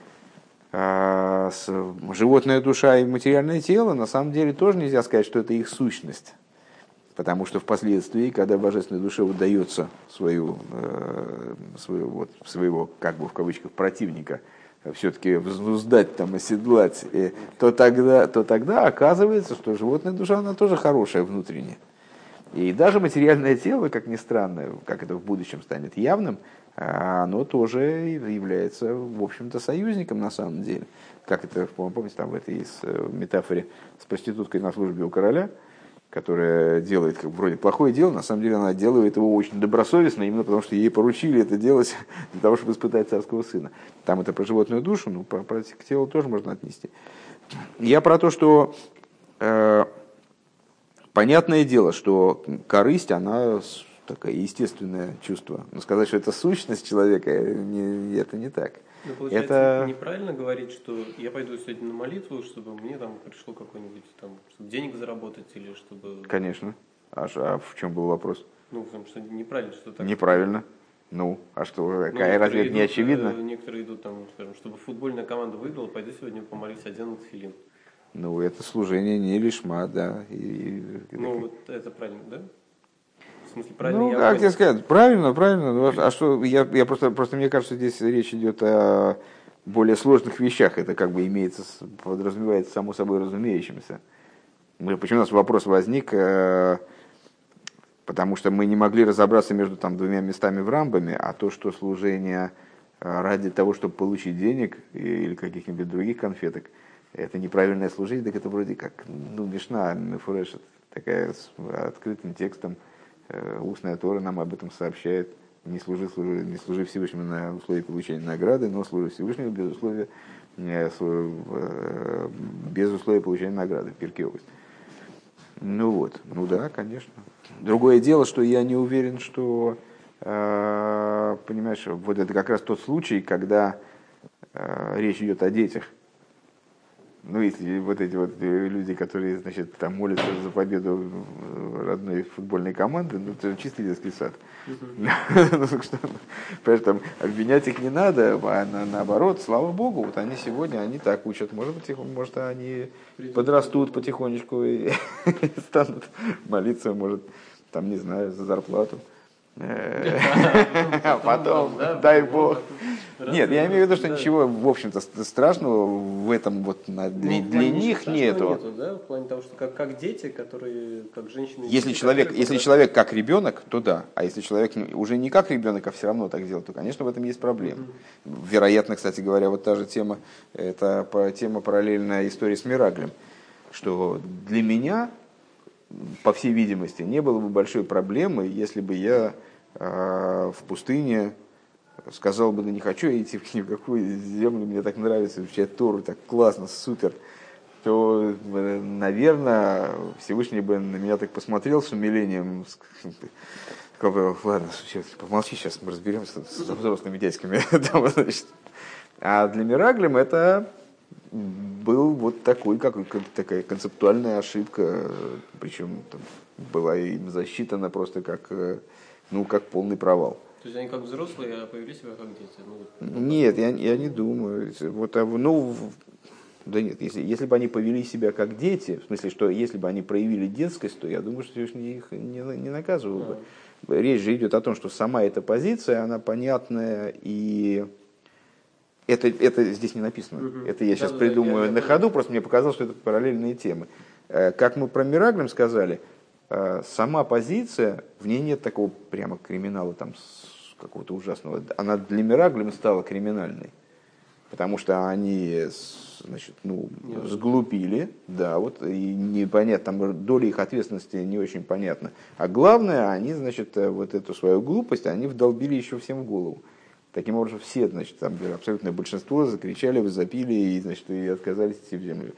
Животная душа и материальное тело, на самом деле, тоже нельзя сказать, что это их сущность. Потому что впоследствии, когда божественной душе удается своего, как бы в кавычках, противника все-таки взнуздать, оседлать, то тогда оказывается, что животная душа, она тоже хорошая внутренне. И даже материальное тело, как ни странно, как это в будущем станет явным, оно тоже является, в общем-то, союзником на самом деле. Как это, помните, там в этой метафоре с проституткой на службе у короля, которая делает вроде плохое дело, на самом деле она делает его очень добросовестно, именно потому что ей поручили это делать для того, чтобы испытать царского сына. Там это про животную душу, к телу тоже можно отнести. Я про то, что понятное дело, что корысть, она такое естественное чувство. Но сказать, что это сущность человека, это не так. Ну, получается, это неправильно говорить, что я пойду сегодня на молитву, чтобы мне там пришло какой-нибудь там, чтобы денег заработать или чтобы... Конечно. А в чем был вопрос? Ну, потому что неправильно, что так. Неправильно. Ну, а что, разве это не очевидно? Некоторые идут там, скажем, чтобы футбольная команда выиграла, пойду сегодня помолюсь, одену тфилин. Ну, это служение не лишма, да. Вот это правильно, да? В смысле, правильно? Ну, как тебе сказать, правильно. А что, я просто мне кажется, здесь речь идет о более сложных вещах. Это как бы подразумевается само собой разумеющимся. Почему у нас вопрос возник? Потому что мы не могли разобраться между там двумя местами в Рамбаме, а то, что служение ради того, чтобы получить денег или каких-нибудь других конфеток, это неправильное служение, так это вроде как Мишна Мефурешет, такая с открытым текстом, устная Тора нам об этом сообщает. Не служи Всевышнему на условии получения награды, но служи Всевышнему без условия получения награды, Пиркей Авот. Ну да, конечно. Другое дело, что я не уверен, что, понимаешь, вот это как раз тот случай, когда речь идет о детях. Ну, если вот эти вот люди, которые, значит, там молятся за победу родной футбольной команды, ну, это чистый детский сад. Понимаешь, там обвинять их не надо, а наоборот, слава Богу, вот они сегодня, они так учат. Может, они подрастут потихонечку и станут молиться, может, там, не знаю, за зарплату. А потом, дай Бог. Нет, я имею в виду, что ничего, в общем-то, страшного в этом вот для них нету. В плане того, что как дети, которые, как женщины... Если человек как ребенок, то да. А если человек уже не как ребенок, а все равно так делает, то, конечно, в этом есть проблема. Вероятно, кстати говоря, вот та же тема, это тема параллельная истории с Мираглем, что для меня, по всей видимости, не было бы большой проблемы, если бы я в пустыне сказал бы, да не хочу я идти ни в какую землю, мне так нравится изучать Тору, так классно, супер, то, наверное, Всевышний бы на меня так посмотрел с умилением, сказал, ладно, помолчи, сейчас мы разберемся с взрослыми дядьками. А для Мираглем это был вот такая концептуальная ошибка, причем там была им засчитана просто как полный провал. То есть они как взрослые, а повели себя как дети? Нет, я не думаю. Да нет, если бы они повели себя как дети, в смысле, что если бы они проявили детскость, то я думаю, что Всевышний их не наказывал бы. Речь же идет о том, что сама эта позиция, она понятная, и это здесь не написано. Это я сейчас придумаю на ходу, просто мне показалось, что это параллельные темы. Как мы про Мираглем сказали, сама позиция, в ней нет такого прямо криминала, там, какого-то ужасного. Она для Мираглем стала криминальной, потому что они, значит, сглупили, да, вот, и непонятно, там доля их ответственности не очень понятна. А главное, они, значит, вот эту свою глупость, они вдолбили еще всем в голову. Таким образом, все, значит, там абсолютное большинство закричали, возопили и, значит, и отказались идти в землю.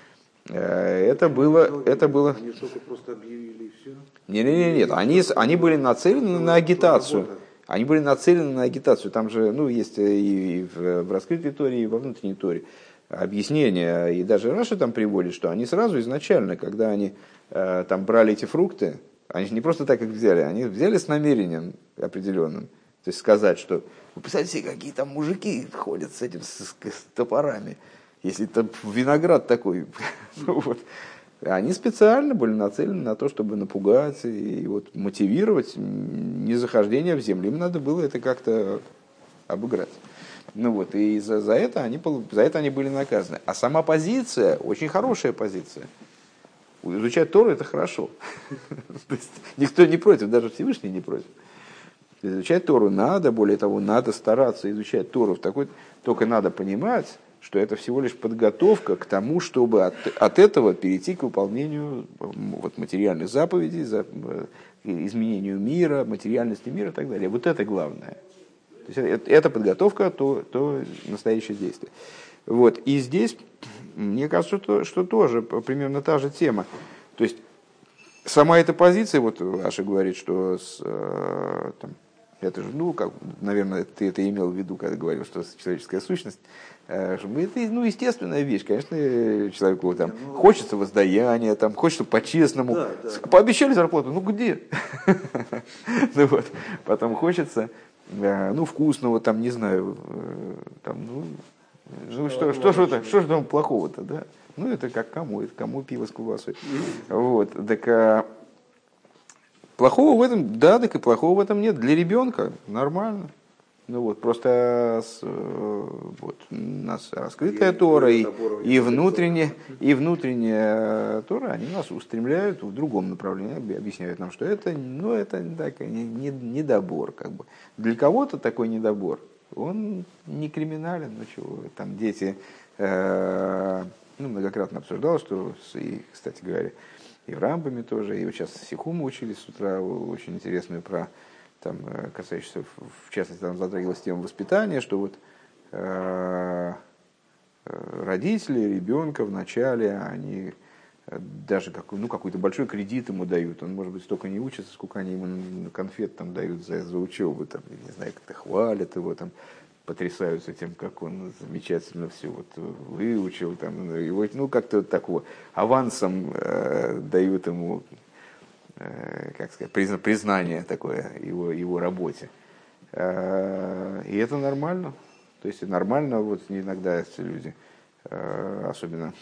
Это было... Они только просто объявили и все? Нет, они были нацелены на агитацию. Они были нацелены на агитацию. Там же, есть и в раскрытой Торе, и во внутренней Торе объяснение. И даже Раша там приводит, что они сразу изначально, когда они там брали эти фрукты, они же не просто так их взяли, они взяли с намерением определенным. То есть сказать, что вы представляете себе, какие там мужики ходят с этим, с топорами. Если там виноград такой, вот. Они специально были нацелены на то, чтобы напугать и вот мотивировать незахождение в землю. Им надо было это как-то обыграть. И за это они были наказаны. А сама позиция, очень хорошая позиция. Изучать Тору — это хорошо. То есть никто не против, даже Всевышний не против. Изучать Тору надо, более того, надо стараться изучать Тору. Только надо понимать, что это всего лишь подготовка к тому, чтобы от этого перейти к выполнению материальных заповедей, изменению мира, материальности мира и так далее. Вот это главное. То есть это подготовка, то настоящее действие. И здесь, мне кажется, что тоже примерно та же тема. То есть сама эта позиция, вот Аша говорит, что там, это же, наверное, ты это имел в виду, когда говорил, что человеческая сущность, это естественная вещь. Конечно, человеку там хочется воздаяния, там, хочется по-честному. Да. Пообещали зарплату, где? Потом хочется, вкусного, там, не знаю, там, что же там плохого-то, да? Это как кому? Это кому пиво с колбасой? Так плохого в этом, да, так и плохого в этом нет. Для ребенка нормально. Просто у нас раскрытая Тора и внутренняя Тора, они нас устремляют в другом направлении, объясняют нам, что это так, недобор. Для кого-то такой недобор, он не криминален. Там дети, многократно обсуждал, что, и, кстати говоря, и в Рамбаме тоже, и вот сейчас Сихуму учились с утра, очень интересную про, там, касающуюся, в частности, там затрагивалась тема воспитания, что родители ребенка вначале, они даже какой-то большой кредит ему дают, он, может быть, столько не учится, сколько они ему конфет там дают за учебу, там, не знаю, как-то хвалят его, там, потрясаются тем, как он замечательно все выучил, там, его, как-то такого авансом дают ему, как сказать, признание такое его работе. И это нормально. То есть нормально, иногда люди, особенно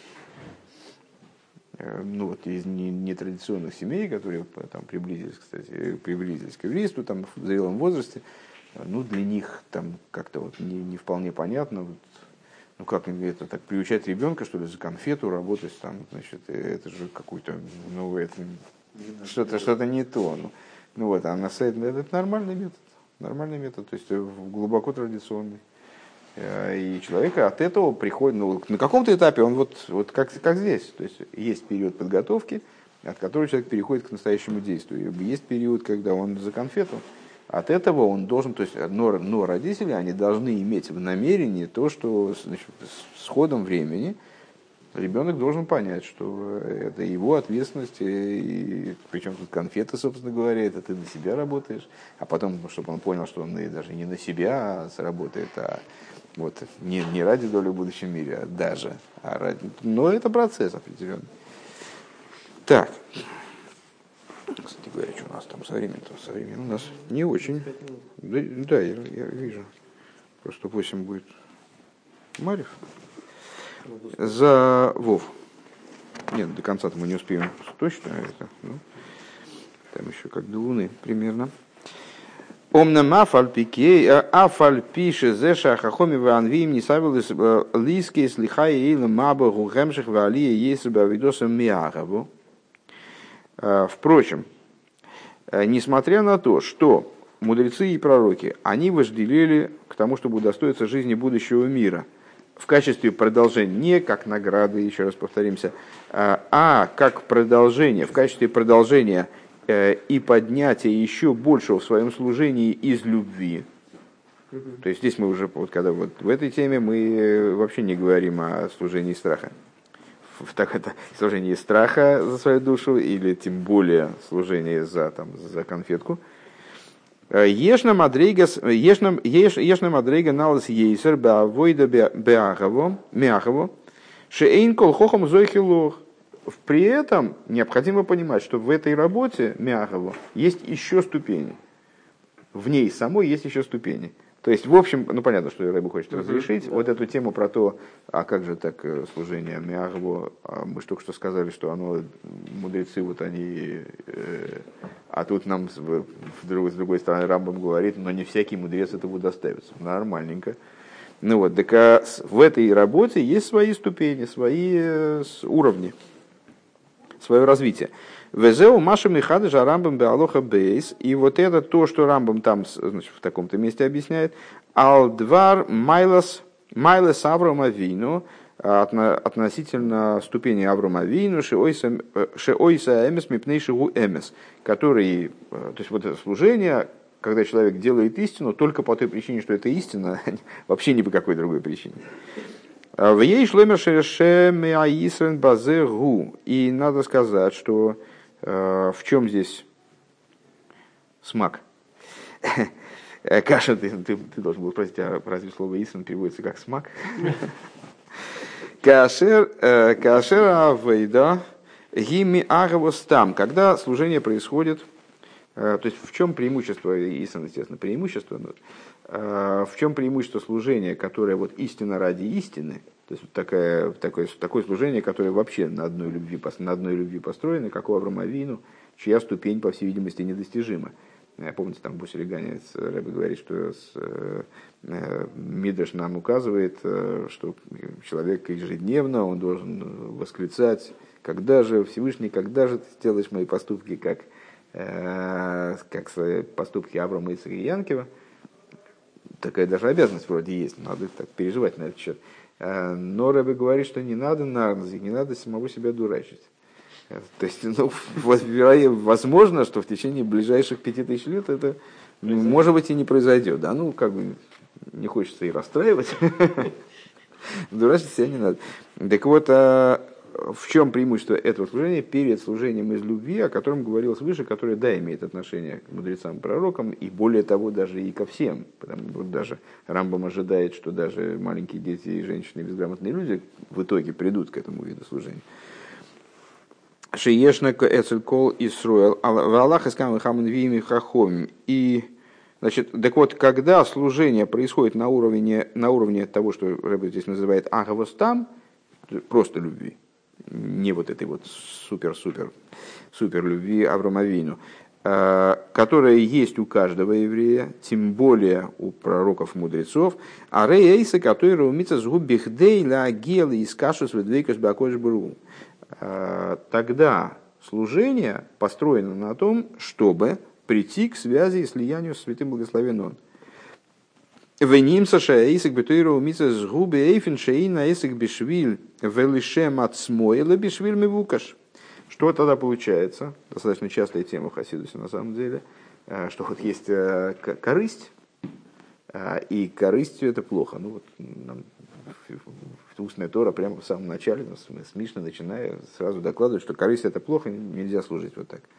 из нетрадиционных семей, которые там приблизились к еврейству там, в зрелом возрасте, для них там как-то не вполне понятно, как это так приучать ребенка, что ли, за конфету работать там, значит, это же какой-то, это что-то не то. А на сайте это нормальный метод, то есть глубоко традиционный. И человек от этого приходит, на каком-то этапе он как здесь, то есть период подготовки, от которого человек переходит к настоящему действию. Есть период, когда он за конфету. От этого он должен, то есть, но родители, они должны иметь в намерении то, что, значит, с ходом времени ребенок должен понять, что это его ответственность, и причем тут конфеты, собственно говоря, это ты на себя работаешь, а потом, чтобы он понял, что он даже не на себя сработает, а не ради доли в будущем мире, а даже, но это процесс определенный. Так. Кстати говоря, что у нас там со временем у нас не очень. Да, я вижу. Просто 8 будет Марьев. За Вов. Нет, до конца-то мы не успеем точно. Там еще как до Луны примерно. Омнам афаль пише зеша хахоми ванвим не савились лиски слихай или маба гухемших валия если бы видосом миагаву. Впрочем, несмотря на то, что мудрецы и пророки, они вожделели к тому, чтобы удостоиться жизни будущего мира в качестве продолжения, не как награды, еще раз повторимся, а как продолжение, в качестве продолжения и поднятия еще большего в своем служении из любви. То есть здесь мы уже, когда в этой теме мы вообще не говорим о служении страха. Служение страха за свою душу, или тем более служение за конфетку. Ешна мадрейга налас ейсер баавойда беахово шеэйн кол хохом зойхилох. При этом необходимо понимать, что в этой работе мяхово есть еще ступени. В ней самой есть еще ступени. То есть, в общем, понятно, что Рэбе хочет разрешить. Да. Вот эту тему про то, а как же так служение Миахово, мы же только что сказали, что мудрецы, они, а тут нам с другой стороны Рамбам говорит, но не всякий мудрец этого доставится. Нормальненько. Так в этой работе есть свои ступени, свои уровни, свое развитие. Везеу Маша Михадыжа Рамбам Беалоха Бейс. И вот это то, что Рамбам там, значит, в таком-то месте объясняет. Алдвар Майлес Аврома Вину, относительно ступени Аврома Вину, Шеойса Эмес Мипнейшигу Эмес, который, то есть вот это служение, когда человек делает истину только по той причине, что это истина, вообще ни по какой другой причине. В ей шлемер шерешем аисрен базе гу. И надо сказать, что В чем здесь смак? Каша, ты должен был спросить, а разве слово «исон» переводится как «смак»? Кашер авейда гими агавос там, когда служение происходит, то есть в чем преимущество исон, естественно, преимущество, в чем преимущество служения, которое вот истина ради истины, то есть такое служение, которое вообще на одной любви построено, как у Авраама Авину, чья ступень, по всей видимости, недостижима. Помните, там Буси Ганиц Рэбе говорит, что Мидраш нам указывает, что человек ежедневно он должен восклицать, когда же Всевышний, когда же ты сделаешь мои поступки, как поступки Авраама, Ицхака и Янкива. Такая даже обязанность вроде есть, надо так переживать на этот счет. Но Рэбе говорит, что не надо нарнзить, не надо самого себя дурачить. То есть, возможно, что в течение ближайших 5000 лет это, может быть, и не произойдет. Да? Ну, как бы не хочется и расстраивать. Дурачить себя не надо. Так вот, в чем преимущество этого служения перед служением из любви, о котором говорилось выше, которое, да, имеет отношение к мудрецам и пророкам, и более того, даже и ко всем. Потому что даже Рамбам ожидает, что даже маленькие дети и женщины, и безграмотные люди в итоге придут к этому виду служения. Шиешна эцель кол Исруэл, Аллах искам хамин вими хахом. И, значит, так вот, когда служение происходит на уровне того, что Рэбе здесь называет агавостам, просто любви, не вот этой вот супер любви Авраама Авину, которая есть у каждого еврея, тем более у пророков и мудрецов, а рейса, который умится с губихдей ла гел и скашус ведвейкаш бакош бру. Тогда служение построено на том, чтобы прийти к связи и слиянию с святым благословен Он. Венимса шаисик бетуира умица с губи эйфен шаина эйсик бешвиль велишем от смойла бешвиль мевукаш. Что тогда получается? Достаточно частая тема в Хасидусе на самом деле, что вот есть корысть, и корыстью это плохо. Ну вот нам устная Тора прямо в самом начале, с Мишны начиная, сразу докладывает, что корысть это плохо, нельзя служить вот так.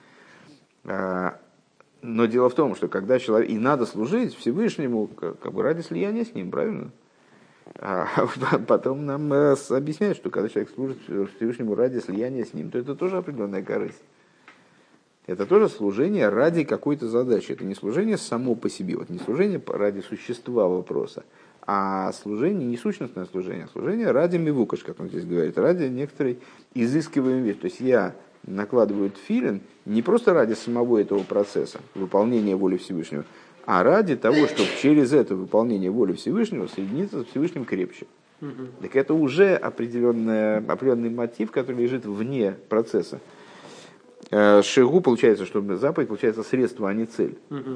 Но дело в том, что когда человек... И надо служить Всевышнему как бы ради слияния с ним, правильно? А потом нам объясняют, что когда человек служит Всевышнему ради слияния с ним, то это тоже определенная корысть. Это тоже служение ради какой-то задачи. Это не служение само по себе, вот не служение ради существа вопроса, а служение, не сущностное служение, а служение ради мивукаш, как он здесь говорит, ради некоторой изыскиваемой вещи. То есть я накладываю тфилин не просто ради самого этого процесса, выполнения воли Всевышнего, а ради того, чтобы через это выполнение воли Всевышнего соединиться с Всевышним крепче. Так это уже определенный мотив, который лежит вне процесса. Шигу получается, что заповедь получается средство, а не цель.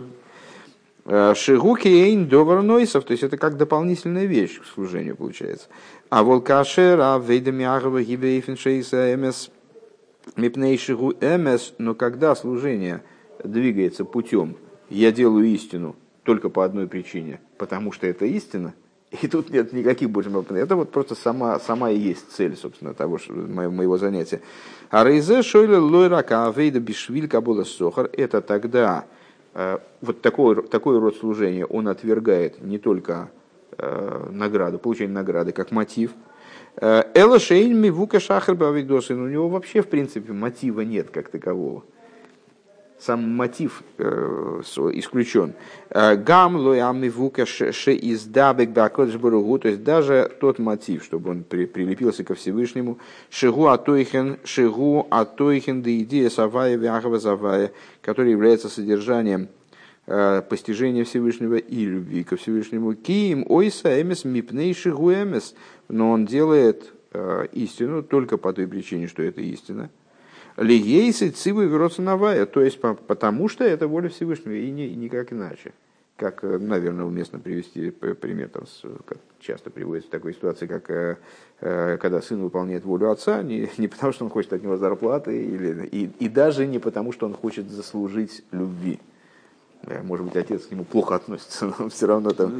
Шигу кейн доварнойсов, то есть это как дополнительная вещь к служению получается. А волкашер, а вейдами агава гибейфен шейса эмес мипней шигу эмес, но когда служение двигается путем «я делаю истину только по одной причине, потому что это истина», и тут нет никаких больше... Это вот просто сама и есть цель, собственно, того, моего занятия. А рейзе шойля лойрака авейда бишвиль кабула сохар, это тогда вот такой род служения он отвергает не только награду, получение награды как мотив. Эла шейн мивука шахар бавидосын, у него вообще в принципе мотива нет как такового. Сам мотив исключен. Гам лоямивука ше издабек бакодж баругу, то есть даже тот мотив, чтобы он прилепился ко Всевышнему, шигу атойхен да идея савая вяхава завая, который является содержанием постижения Всевышнего и любви ко Всевышнему. Киим ойса эмес мипней шигу эмес, но он делает истину только по той причине, что это истина. Лигейсы цивы вероцановая, то есть потому что это воля Всевышнего и никак иначе. Как, наверное, уместно привести пример, там, как часто приводится в такой ситуации, как когда сын выполняет волю отца, не потому что он хочет от него зарплаты, и даже не потому что он хочет заслужить любви. Может быть, отец к нему плохо относится, но все равно там...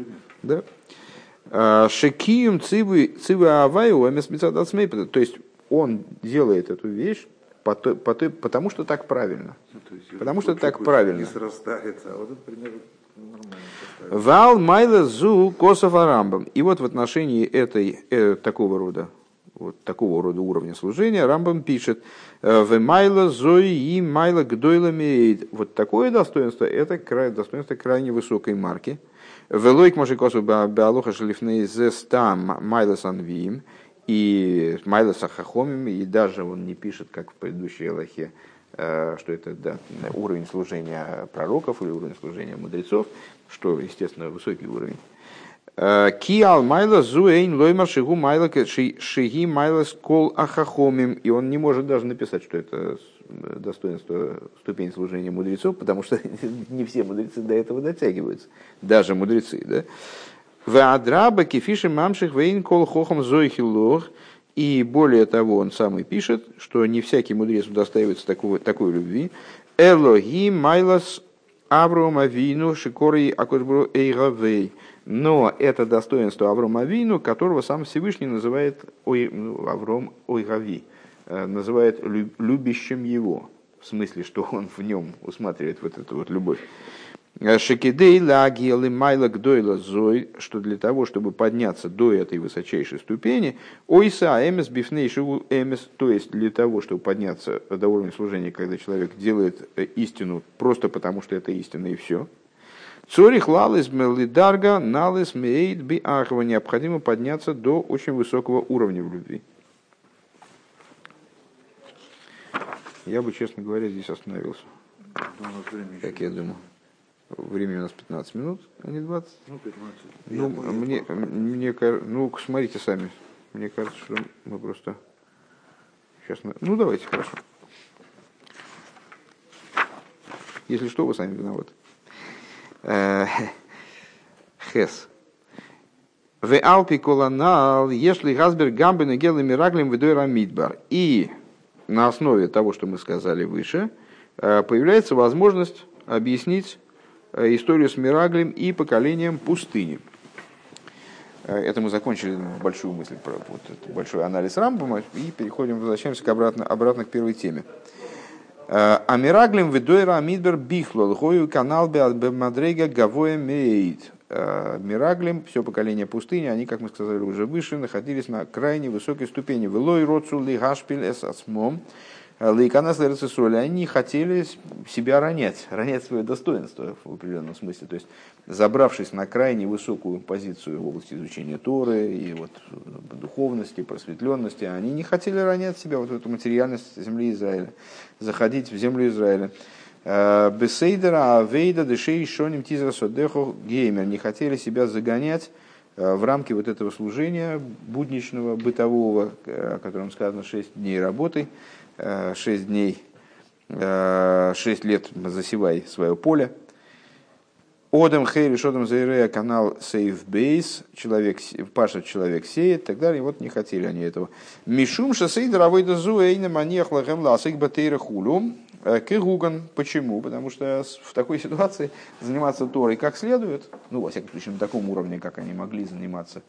Да. Шекием цивы аваю, то есть он делает эту вещь потому что так правильно. Потому что так правильно. Не срастается, а вот этот пример нормально. Вал майла зу косов арамбам. И вот в отношении такого рода уровня служения Рамбам пишет: в майла зои и майла гдойла меид. Вот такое достоинство, это достоинство крайне высокой марки. Велойк мошикосу беалоха шлифней зестам майла санвиим. И майла сахахомим, и даже он не пишет, как в предыдущей Алахе, что это уровень служения пророков или уровень служения мудрецов, что, естественно, высокий уровень. Киал майла зуэйн лоймар шигу майла шиги майла скол ахахомим. И он не может даже написать, что это достоинство ступень служения мудрецов, потому что не все мудрецы до этого дотягиваются. Даже мудрецы, да? Ваадраба кефиши мамших вейн кол хохам зойхилох. И более того, он сам и пишет, что не всякий мудрец удостаивается такой любви. Элохи майлас Авром Авину шикорий акошбру эйгавей. Но это достоинство Авром Авину, которого сам Всевышний называет Авром Ойгави, называет любящим его, в смысле, что он в нем усматривает вот эту вот любовь. Шекидей лагиелы майла гдойла зой, что для того, чтобы подняться до этой высочайшей ступени, ойса эмес бифнейшу эмес, то есть для того, чтобы подняться до уровня служения, когда человек делает истину просто потому, что это истина и все. Цорих лалис мелидарга налис мейд би ахва, необходимо подняться до очень высокого уровня в любви. Я бы, честно говоря, здесь остановился. Как я думаю. Времени у нас 15 минут, а не 20. Ну, 15. Мне смотрите сами. Мне кажется, что мы просто сейчас... Ну, давайте, хорошо. Если что, вы сами виноваты. Хес. В Алпи колонал, если Газберг Гамбен и Гелы Мираглим Ведойра Мидбар. И на основе того, что мы сказали выше, появляется возможность объяснить историю с Мираглем и поколением пустыни. Это мы закончили большую мысль, про вот этот большой анализ Рамбама, и возвращаемся обратно к первой теме. А Мираглем ведойра амидбер бихлол гою канал бемадрега гавоя мейд. Мираглем, все поколение пустыни, они, как мы сказали уже выше, находились на крайне высокой ступени. Велой роцу ли гашпиль эс асмом. Они хотели себя ронять свое достоинство в определенном смысле. То есть, забравшись на крайне высокую позицию в области изучения Торы и вот духовности, просветленности, они не хотели ронять себя, вот эту материальность земли Израиля, заходить в землю Израиля. Бесейдера авейда дешей шоним тизра содехо геймер, не хотели себя загонять в рамки вот этого служения будничного, бытового, о котором сказано 6 дней работы. 6 дней, 6 лет засевай свое поле. Одам хейри шодам заирея канал сейф бейс, пашет человек сеет, и так далее. И вот не хотели они этого. Мишум шасей дровой дозу эйна маньях лагем ласик батейра хулю кегуган. Почему? Потому что в такой ситуации заниматься Торой как следует, ну, во всяком случае, на таком уровне, как они могли заниматься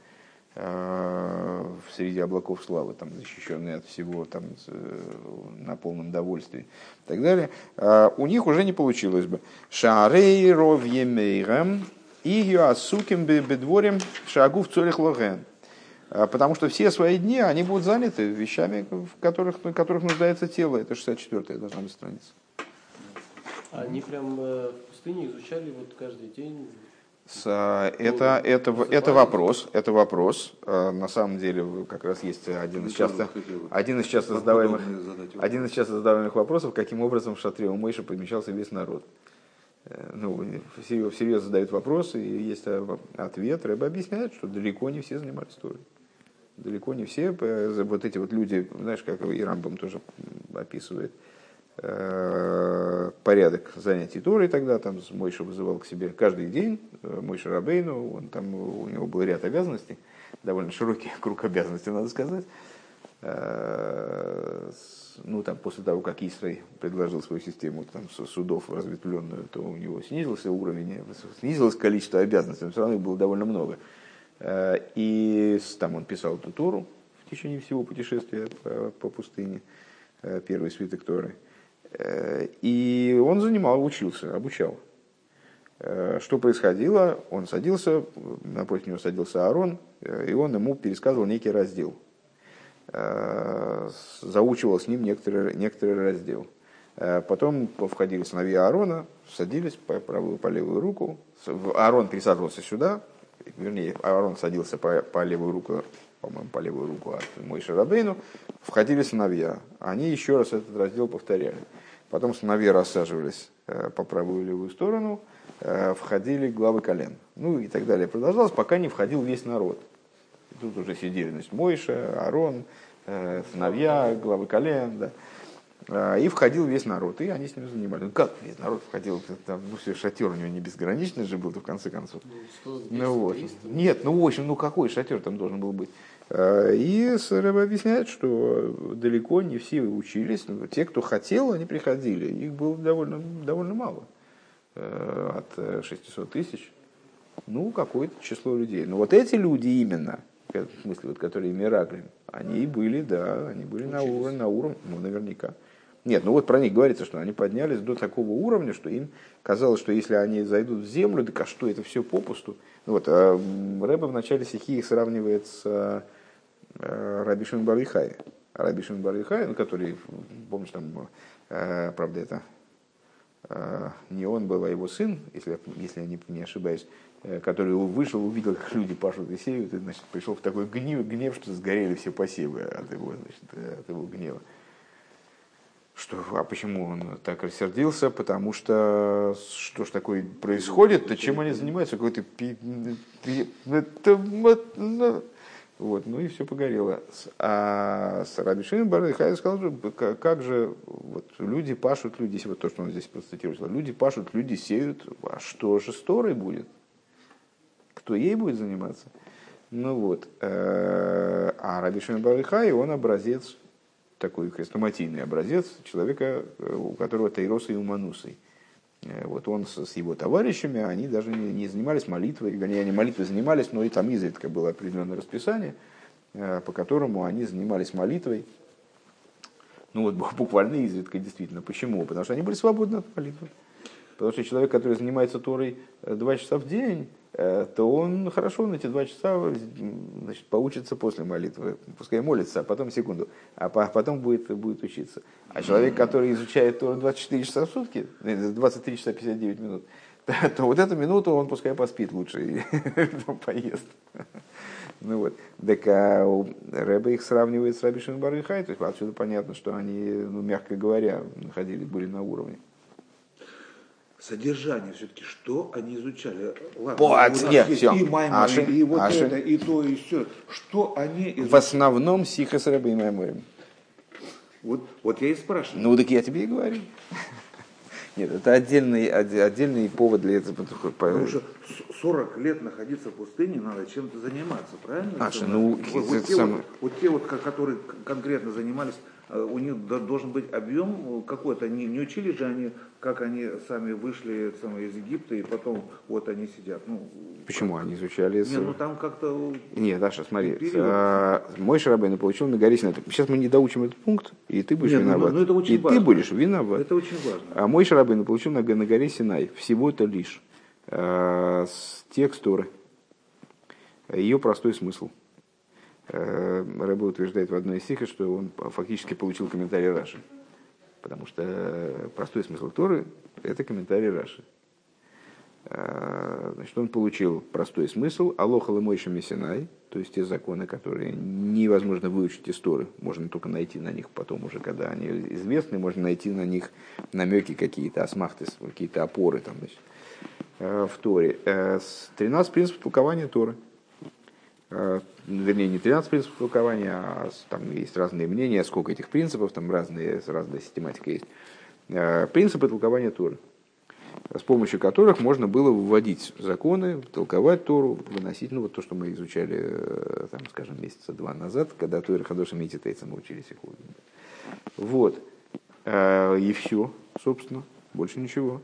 среди облаков славы, там, защищенные от всего, там, на полном довольстве и так далее, у них уже не получилось бы. Шаарей ровьемейрам и юасуким бедворим шагу в цорих логен. Потому что все свои дни они будут заняты вещами, в которых нуждается тело. Это 64-я должна быть страница. Они прям в пустыне изучали вот каждый день. Это вопрос. На самом деле, как раз есть один из часто задаваемых вопросов, каким образом в шатре у Мойши помещался весь народ. Ну, всерьез задают вопрос, и есть ответ. Рэбе объясняет, что далеко не все занимались Торой. Далеко не все. Вот эти вот люди, знаешь, как и Рамбам тоже описывает, порядок занятий Торой тогда, там Мойша вызывал к себе каждый день, Мойша Рабейну, у него был ряд обязанностей, довольно широкий круг обязанностей, надо сказать. Ну, там, после того, как Исрай предложил свою систему там, судов разветвленную, то у него снизился уровень, снизилось количество обязанностей, но все равно их было довольно много. И там он писал эту Тору в течение всего путешествия по пустыне. первый свиток Торы. И он учился, обучал. Что происходило? Он садился, напротив него садился Аарон, и он ему пересказывал некий раздел. Заучивал с ним некоторый раздел. Потом входили сыновья Аарона, садились по правую, по левую руку. Аарон пересаживался сюда, вернее, Аарон садился по левую руку, по-моему, по левую руку от Моше Рабейну. Входили сыновья. Они еще раз этот раздел повторяли. Потом сыновья рассаживались по правую и левую сторону, входили главы колен. Ну и так далее. Продолжалось, пока не входил весь народ. И тут уже сидели, значит, Моше, Аарон, сыновья, главы колен, да. И входил весь народ, и они с ним занимались. Ну как весь народ входил? Там, все, шатер у него не безграничный же был, в конце концов. Вот. Нет, в общем, какой шатер там должен был быть? И Рэбе объясняет, что далеко не все учились. Те, кто хотел, они приходили. Их было довольно мало. От 600 тысяч. Какое-то число людей. Но вот эти люди именно, в смысле, которые мираклим, они были на уровне, наверняка. Нет, про них говорится, что они поднялись до такого уровня, что им казалось, что если они зайдут в землю, так что это все попусту. Рэбе в начале стихи их сравнивает с Раби Шимон бар Йохай. Раби Шимон бар Йохай, который, помнишь, там, правда, это не он был, а его сын, если я не ошибаюсь, который вышел, увидел, как люди пашут и сеют, и, значит, пришел в такой гнев, что сгорели все посевы от его гнева. А почему он так рассердился? Потому что что ж такое происходит-то, чем они занимаются? Какой-то и все погорело. А с Раби Шимон бар Йохай сказал, как же люди пашут, то, что он здесь процитировал, люди пашут, люди сеют, а что же с Торой будет? Кто ей будет заниматься? А Раби Шимон бар Йохай, он образец, такой хрестоматийный образец человека, у которого тейрос и уманусой. Он с его товарищами, они даже не занимались молитвой, вернее, они молитвой занимались, но и там изредка было определенное расписание, по которому они занимались молитвой. Буквально изредка, действительно. Почему? Потому что они были свободны от молитвы. Потому что человек, который занимается Торой 2 часа в день, то он хорошо на эти 2 часа, значит, поучится после молитвы. Пускай молится, а потом а потом будет учиться. А человек, который изучает Тору 24 часа в сутки, 23 часа 59 минут, то вот эту минуту он пускай поспит лучше и поест. Так Рэбе их сравнивает с Раби Шимон бар Йохай, то есть отсюда понятно, что они, мягко говоря, были на уровне. Содержание все-таки, что они изучали? Ладно, и Майморы, и это, и то, и все. Что они изучали? В основном Сихас Рэбе и Майморим. Вот я и спрашиваю. Так я тебе и говорю. Нет, это отдельный повод для этого. Потому что 40 лет находиться в пустыне, надо чем-то заниматься, правильно? Те, которые конкретно занимались, у них должен быть объем какой-то. Не учили же они, как они сами вышли из Египта, и потом они сидят. Почему они изучали? Там как-то... Нет, Даша, смотри. Моше Рабейну получил на горе Синай. Сейчас мы не доучим этот пункт, и ты будешь виноват. Это очень важно. Ты будешь виноват. Это очень важно. А Моше Рабейну получил на горе Синай всего-то лишь текст Торы, ее простой смысл. Рэбе утверждает в одной из стихов, что он фактически получил комментарий Раши. Потому что простой смысл Торы – это комментарий Раши. Значит, он получил простой смысл «Алоха лемойше мисинай», то есть те законы, которые невозможно выучить из Торы, можно только найти на них потом уже, когда они известны, можно найти на них намеки какие-то, асмахты, какие-то опоры там, значит, в Торе. 13 принципов толкования Торы. Вернее, не 13 принципов толкования, а там есть разные мнения, сколько этих принципов, там разная систематика есть. Принципы толкования Торы, с помощью которых можно было выводить законы, толковать Тору, выносить, то, что мы изучали, там, скажем, месяца 2 назад, когда Тойра Хадоша Медитейца мы учились их. И все, собственно, больше ничего.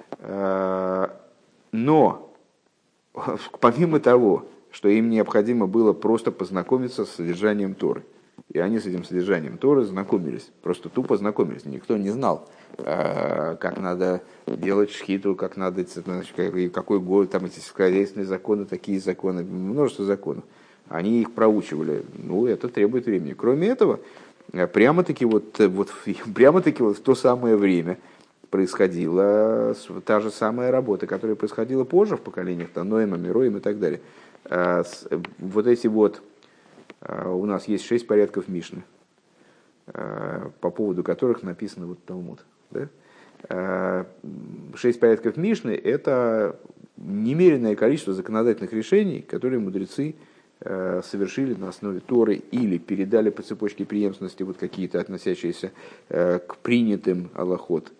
Но, помимо того, что им необходимо было просто познакомиться с содержанием Торы, И они с этим содержанием Торы знакомились, просто тупо знакомились. Никто не знал, как надо делать шхиту, как надо, какой год, там эти сельскохозяйственные законы, такие законы, множество законов. Они их проучивали. Ну, это требует времени. Кроме этого, прямо-таки в то самое время происходила та же самая работа, которая происходила позже в поколениях Ноэма, Мироем и так далее. Вот эти вот, у нас есть 6 порядков Мишны, по поводу которых написано вот Талмуд. Да? 6 порядков Мишны – это немеренное количество законодательных решений, которые мудрецы совершили на основе Торы или передали по цепочке преемственности вот какие-то относящиеся к принятым алахот.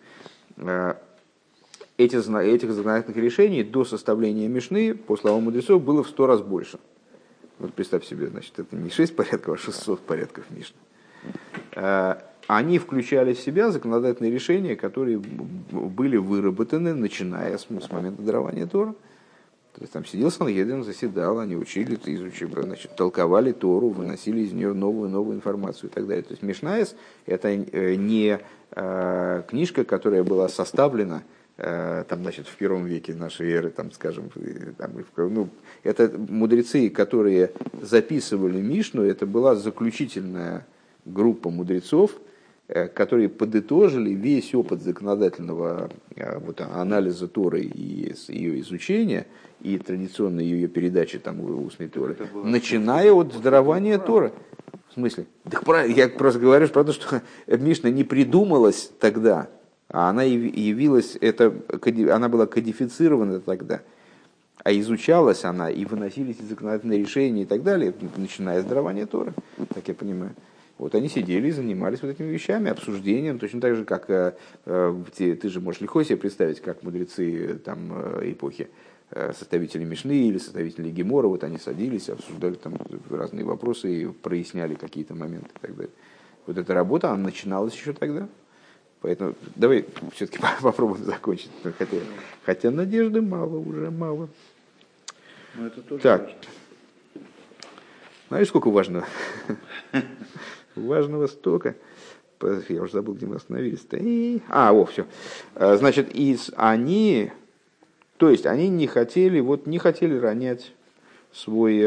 Этих законодательных решений до составления Мишны, по словам мудрецов, было в 100 раз больше. Вот представь себе, значит, это не 6 порядков, а 600 порядков Мишны. Они включали в себя законодательные решения, которые были выработаны, начиная с момента дарования Тора. То есть там сидел Сангедрин, заседал, они учили, изучили, значит, толковали Тору, выносили из нее новую информацию и так далее. То есть Мишнаес – это не книжка, которая была составлена там, значит, в 1 веке нашей эры, там, скажем, там, это мудрецы, которые записывали Мишну, это была заключительная группа мудрецов, которые подытожили весь опыт законодательного вот, анализа Торы и ее изучения, и традиционной ее передачи там, устной Торы, начиная от дарования Торы. В смысле? Я просто говорю про то, что Мишна не придумалась тогда, а она явилась, она была кодифицирована тогда, а изучалась она, и выносились законодательные решения и так далее, начиная с дарования Торы, так я понимаю. Вот они сидели и занимались вот этими вещами, обсуждением, точно так же, как ты же можешь легко себе представить, как мудрецы там, эпохи, составители Мишны или составители Гемора, вот они садились, обсуждали там разные вопросы и проясняли какие-то моменты и так далее. Вот эта работа, она начиналась еще тогда. Поэтому давай все-таки попробуем закончить. Хотя надежды мало, уже мало. Но это тоже так. важно. Знаешь, сколько важного? Важного столько. Я уже забыл, где мы остановились. Все. Значит, они не хотели ронять свой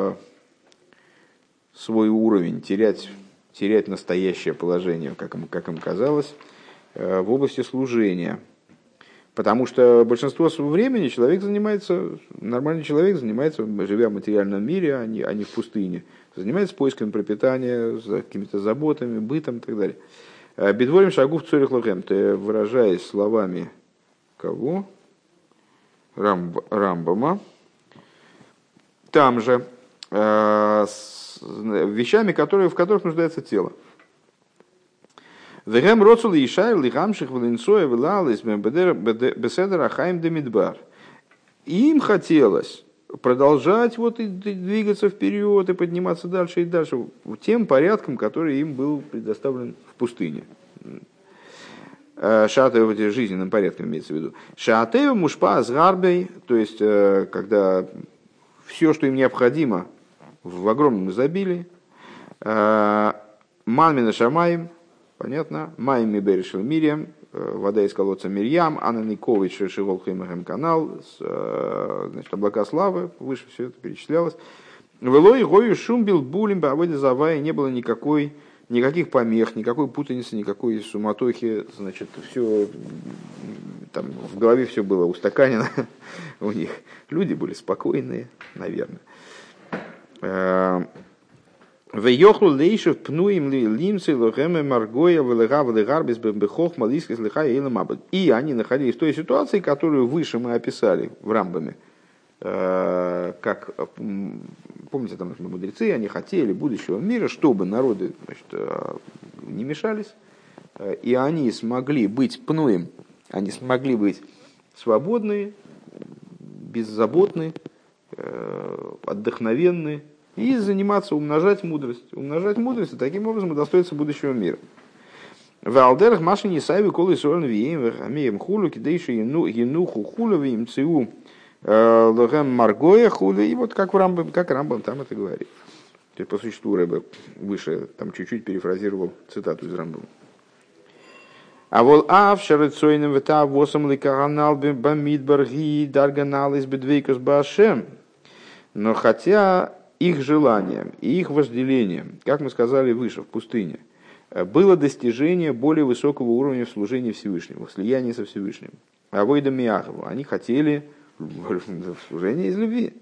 уровень, терять настоящее положение, как им казалось, в области служения. Потому что большинство времени нормальный человек занимается, живя в материальном мире, а не в пустыне, занимается поиском пропитания, какими-то заботами, бытом и так далее. Бедворим шагув цорих лохем, ты выражаясь словами кого? Рамбама. Там же вещами, в которых нуждается тело. Им хотелось продолжать и двигаться вперед и подниматься дальше и дальше тем порядком, который им был предоставлен в пустыне. Шаатева, жизненным порядком имеется в виду. Шаатева мушпа с гарбей, то есть когда все, что им необходимо в огромном изобилии. Манмина шамаем, понятно, Майми Берешел Мирьям, вода из колодца Мирьям, Анна Никович Шивол Хеймахем канал, значит, облака славы, выше все это перечислялось. Велой Гою Шумбил Булим Баведе Завая, не было никаких помех, никакой путаницы, никакой суматохи, значит, все там в голове все было устаканено у них. Люди были спокойные, наверное. Вейохлу лейшев пнуим лимцы лохеме маргоя велегав легарбис бембехох малискис лихая и ламабад. И они находились в той ситуации, которую выше мы описали в Рамбаме. Как, помните, там мудрецы, они хотели будущего мира, чтобы народы, значит, не мешались, и они смогли быть пнуем, они смогли быть свободны, беззаботны, отдохновенны, и заниматься, умножать мудрость, и таким образом удостоиться будущего мира. В Алдерах машине сайвы колы сорн вием амеем хулу кидейши енуху хулу вием цеу логем маргоя хулу, и вот как Рамбам там это говорит. То есть по существу Рэбе выше там чуть-чуть перефразировал цитату из Рамбама. А вол авшарыцойным вета восом ликаганал бамидбар ги дарганал из бедвейкас башем. Но хотя их желанием и их вожделением, как мы сказали выше, в пустыне, было достижение более высокого уровня в служении Всевышнему, в слиянии со Всевышним. А войдам Яхову, они хотели служения из любви.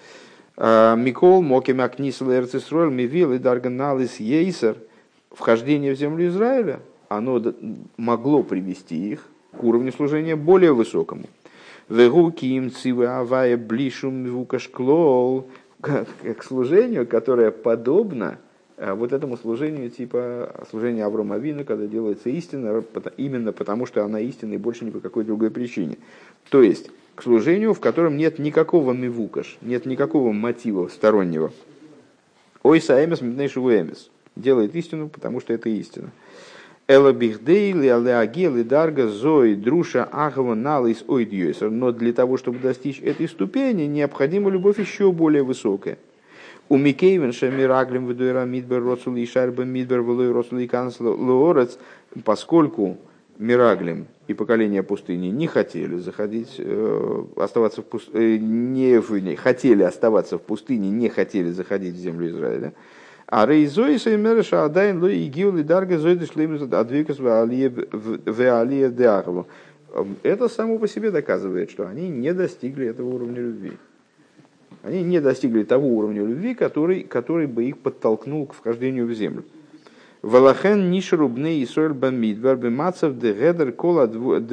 Микол Моким Акнисл Эрцисроль Мивил и Дарганалис Ейсер, вхождение в землю Израиля, оно могло привести их к уровню служения более высокому. Вегуким цивы авая блишум вукашклол, к служению, которое подобно вот этому служению типа служения Аврома Авину, когда делается истина, именно потому что она истина и больше ни по какой другой причине. То есть к служению, в котором нет никакого мивукаш, нет никакого мотива стороннего. Ой саэмес митнейшеву эмес. Делает истину, потому что это истина. Эла бихдей леалеаге лидарга зои друша ахова налис ойдьёйсер. Но для того, чтобы достичь этой ступени, необходима любовь еще более высокая. У Микейвен шамираглим ведуэра мидбер роцули и шарба мидбер влой роцули и канцлер лоорец, поскольку Мираглим и поколение пустыни не хотели заходить, оставаться в пустыне, хотели оставаться в пустыне, не хотели заходить в землю Израиля. А рейзоиса и мереша адайн ло и гиули дарга зойды шлемис адвикас в алие деахову. Это само по себе доказывает, что они не достигли этого уровня любви. Они не достигли того уровня любви, который бы их подтолкнул к вхождению в землю. Валахен нишрубны и соль бамидбар бемацев де гедер кола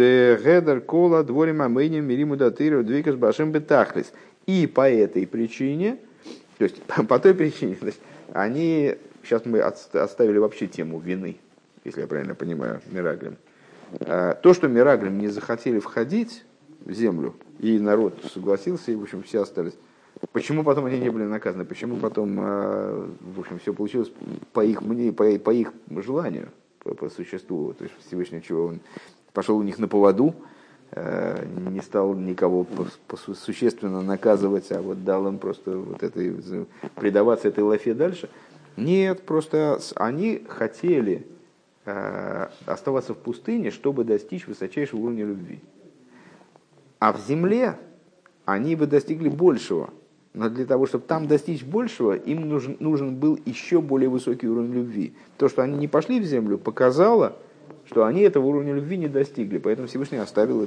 дворим амейним мириму датыру двикас башим бетахлис. И по этой причине, то есть по той причине, то есть, они, сейчас мы оставили вообще тему вины, если я правильно понимаю, Мираглим. То, что Мираглим не захотели входить в землю, и народ согласился, и в общем все остались. Почему потом они не были наказаны? Почему потом, в общем, все получилось по их желанию, по существу? То есть Всевышний чего, он пошел у них на поводу, не стал никого существенно наказывать, а вот дал им просто вот этой, предаваться этой лафе дальше. Нет, просто они хотели оставаться в пустыне, чтобы достичь высочайшего уровня любви. А в земле они бы достигли большего. Но для того, чтобы там достичь большего, им нужен был еще более высокий уровень любви. То, что они не пошли в землю, показало, что они этого уровня любви не достигли. Поэтому Всевышний оставил их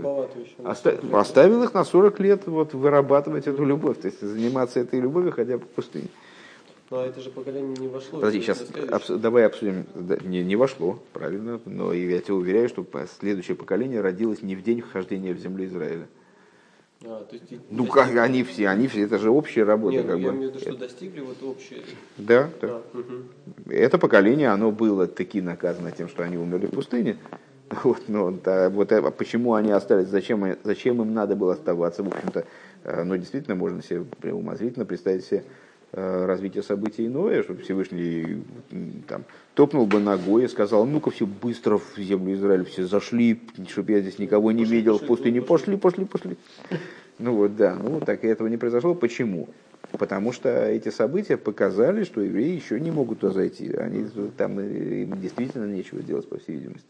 на 40 лет вот, вырабатывать эту любовь, то есть заниматься этой любовью, ходя по пустыне. Ну а это же поколение не вошло. Подожди, сейчас давай обсудим. Не вошло, правильно, но я тебя уверяю, что следующее поколение родилось не в день вхождения в землю Израиля. Ну как они все, это же общая работа. Нет, как я бы. имею в виду, что достигли вот общее. Да. Это поколение, оно было таки наказано тем, что они умерли в пустыне. Вот, но почему они остались, зачем им надо было оставаться, в общем-то, действительно можно себе умозрительно представить себе развитие событий иное, чтобы Всевышний там, топнул бы ногой и сказал, ну-ка все быстро в землю Израиля, все зашли, чтобы я здесь никого не видел в пустыне, пошли. Ну вот, да, так и этого не произошло. Почему? Потому что эти события показали, что евреи еще не могут туда зайти, там им действительно нечего делать, по всей видимости.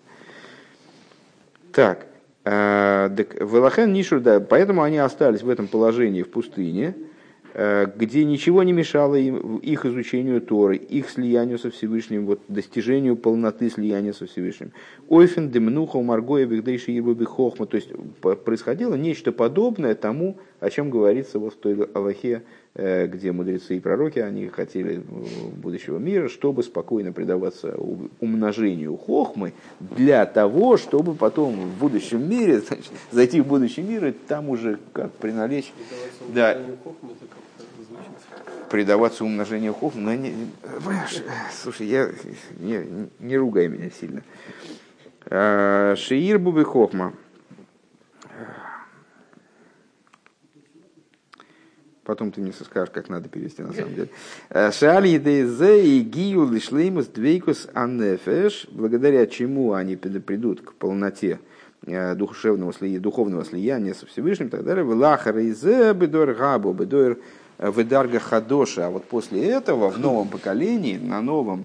Так, Велахен Нишу, да, поэтому они остались в этом положении в пустыне, где ничего не мешало им их изучению Торы, их слиянию со Всевышним, вот, достижению полноты слияния со Всевышним. Ойфен демнуха маргоя бигдейши ирбуби хохма. То есть происходило нечто подобное тому, о чем говорится вот в той Алахе, где мудрецы и пророки, они хотели будущего мира, чтобы спокойно предаваться умножению хохмы, для того, чтобы потом в будущем мире, значит, зайти в будущий мир и там уже как приналечь. Да. Предаваться умножению хохмы. Слушай, не ругай меня сильно. Шеир буби хохма. Потом ты мне скажешь, как надо перевести на самом деле. Шали дезе и гию лишлеймус двейкус аннефеш, благодаря чему они придут к полноте духовного слияния со Всевышним и так далее. Влахар изе бедор габу, бедор Ведарга Хадоша, а вот после этого в новом поколении, на новом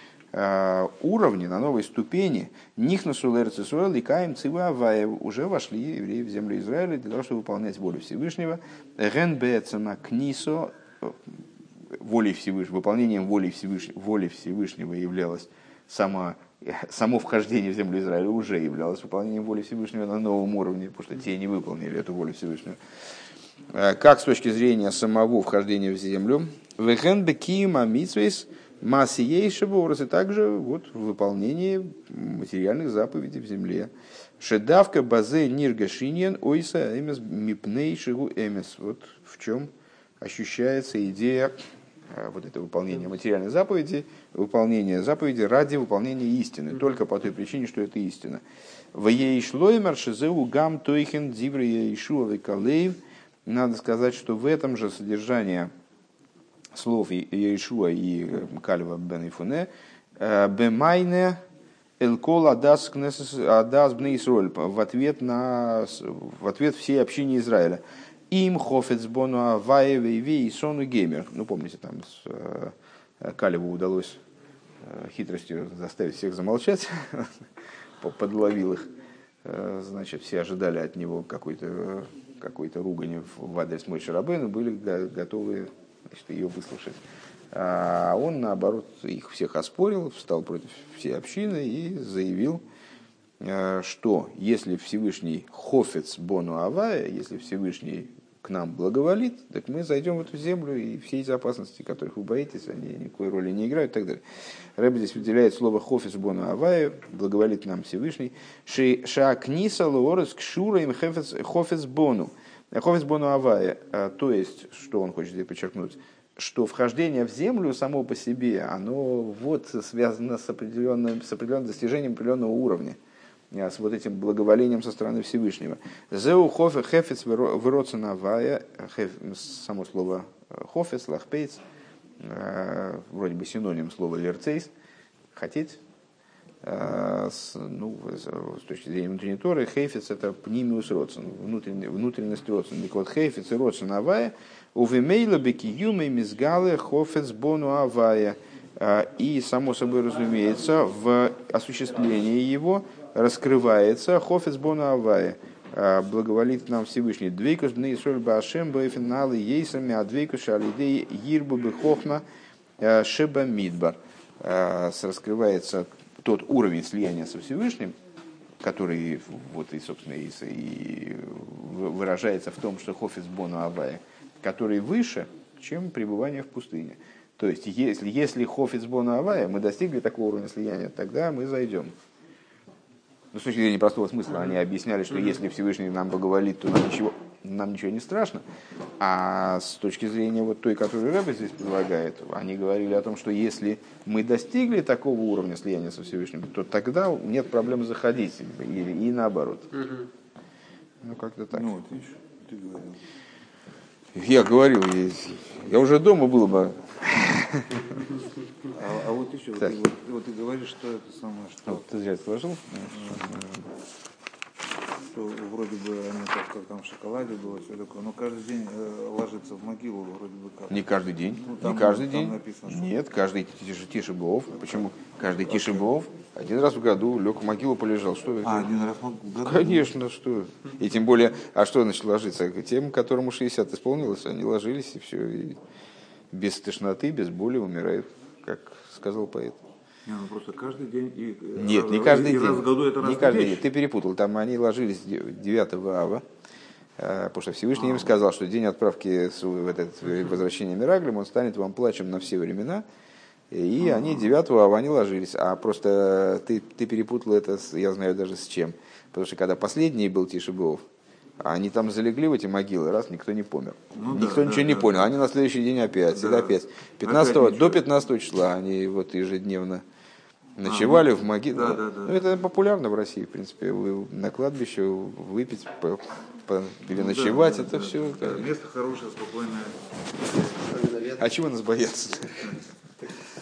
уровне, на новой ступени, Нихнасу Лерец Исраэль и Каим Цива Аваев уже вошли евреи в землю Израиля для того, чтобы выполнять волю Всевышнего. Ген Бецема Книсо, волей Всевышнего, выполнением воли Всевышнего являлось само вхождение в землю Израиля уже являлось выполнением воли Всевышнего на новом уровне, потому что те не выполнили эту волю Всевышнего. Как с точки зрения самого вхождения в землю, Вехен Бекима Мицвейс Масиейшего образа, и также вот в выполнении материальных заповедей в земле. Шедавка базе ниргашиньен ойса эмес мипнейшигу эмес. Вот в чем ощущается идея вот это выполнение материальной заповеди, выполнение заповеди ради выполнения истины, только по той причине, что это истина. Ваейшлоймер шизеу гам тойхен диври яишуа векалеев. Надо сказать, что в этом же содержание слов Иешуа и Калева бен Ифуне бемайне элкол адас бней Исраэль в ответ всей общине Израиля. Им хофец бону аваеве и сону геймер. Ну, помните, там Калеву удалось хитростью заставить всех замолчать, подловил их. Значит, все ожидали от него какой-то ругани в адрес Моше Рабейну, были готовы, значит, ее выслушать. А он, наоборот, их всех оспорил, встал против всей общины и заявил, что если Всевышний хофец бону авая, если Всевышний к нам благоволит, так мы зайдем в эту землю, и все эти опасности, которых вы боитесь, они никакой роли не играют и так далее. Рэбби здесь выделяет слово хофец бону авая, благоволит нам Всевышний. Шаакниса лоорес кшура им хофец бону. Хофец бону авая, то есть, что он хочет здесь подчеркнуть, что вхождение в землю само по себе, оно вот связано с определенным достижением определенного уровня, с вот этим благоволением со стороны Всевышнего. Зеу хофе хефец выродца навая, само слово хофец, лахпейц, вроде бы синоним слова лерцейс, хотеть. С точки зрения внутренней торы, хейфец это пнимиус родсен, внутренность родсен. Так вот, хейфец и родсен авая, увемейла бекиюмей мизгалы хофец бону авая. И, само собой разумеется, в осуществлении его раскрывается хофец бону авая. Благоволит нам Всевышний. Двейкус бней Исраэль баашем баэфиналы ейсами, а двейкус шалидей ирбу бехохма шеба мидбар. Раскрывается тот уровень слияния со Всевышним, который вот и, собственно, и выражается в том, что хофец бону авая, который выше, чем пребывание в пустыне. То есть, если хофец бону авая, мы достигли такого уровня слияния, тогда мы зайдем. Но с точки зрения простого смысла, они объясняли, что если Всевышний нам благоволит, то нам ничего не страшно. А с точки зрения вот той, которую Рэбби здесь предлагает, они говорили о том, что если мы достигли такого уровня слияния со Всевышним, то тогда нет проблем заходить, и наоборот. Ну, как-то так. Ну, вот видишь, ты говорил. Я говорил, я уже дома был бы. А вот еще, вот ты говоришь, что это самое, что... Вот ты зря сложил. Что вроде бы они как там в шоколаде было, все такое, но каждый день ложится в могилу вроде бы как. Не каждый день. Ну, там, не каждый там день. Написано, что... Нет, каждый Тишебов. Почему? Каждый Тишебов один раз в году лег в могилу, полежал. Что это? один раз в году? Конечно, что. И тем более, а что значит ложиться? Тем, которому 60 исполнилось, они ложились, и все, и без тошноты, без боли умирают, как сказал поэт. Не, ну просто каждый день и нет, не каждый день. Раз в году это раз не каждый день. Ты перепутал. Там они ложились 9 ава, потому что Всевышний им сказал, что день отправки в этот возвращение Мираглем, он станет вам плачем на все времена. И они 9 ава они ложились. А просто ты перепутал это, я знаю даже с чем. Потому что когда последний был Тишебов, они там залегли в эти могилы, раз никто не помер. Никто ничего не понял. Они на следующий день опять. 15 до 15 числа они вот ежедневно ночевали в могиле. Ну, это популярно в России, в принципе. На кладбище выпить, переночевать, это все. Место хорошее, спокойное. А чего нас бояться?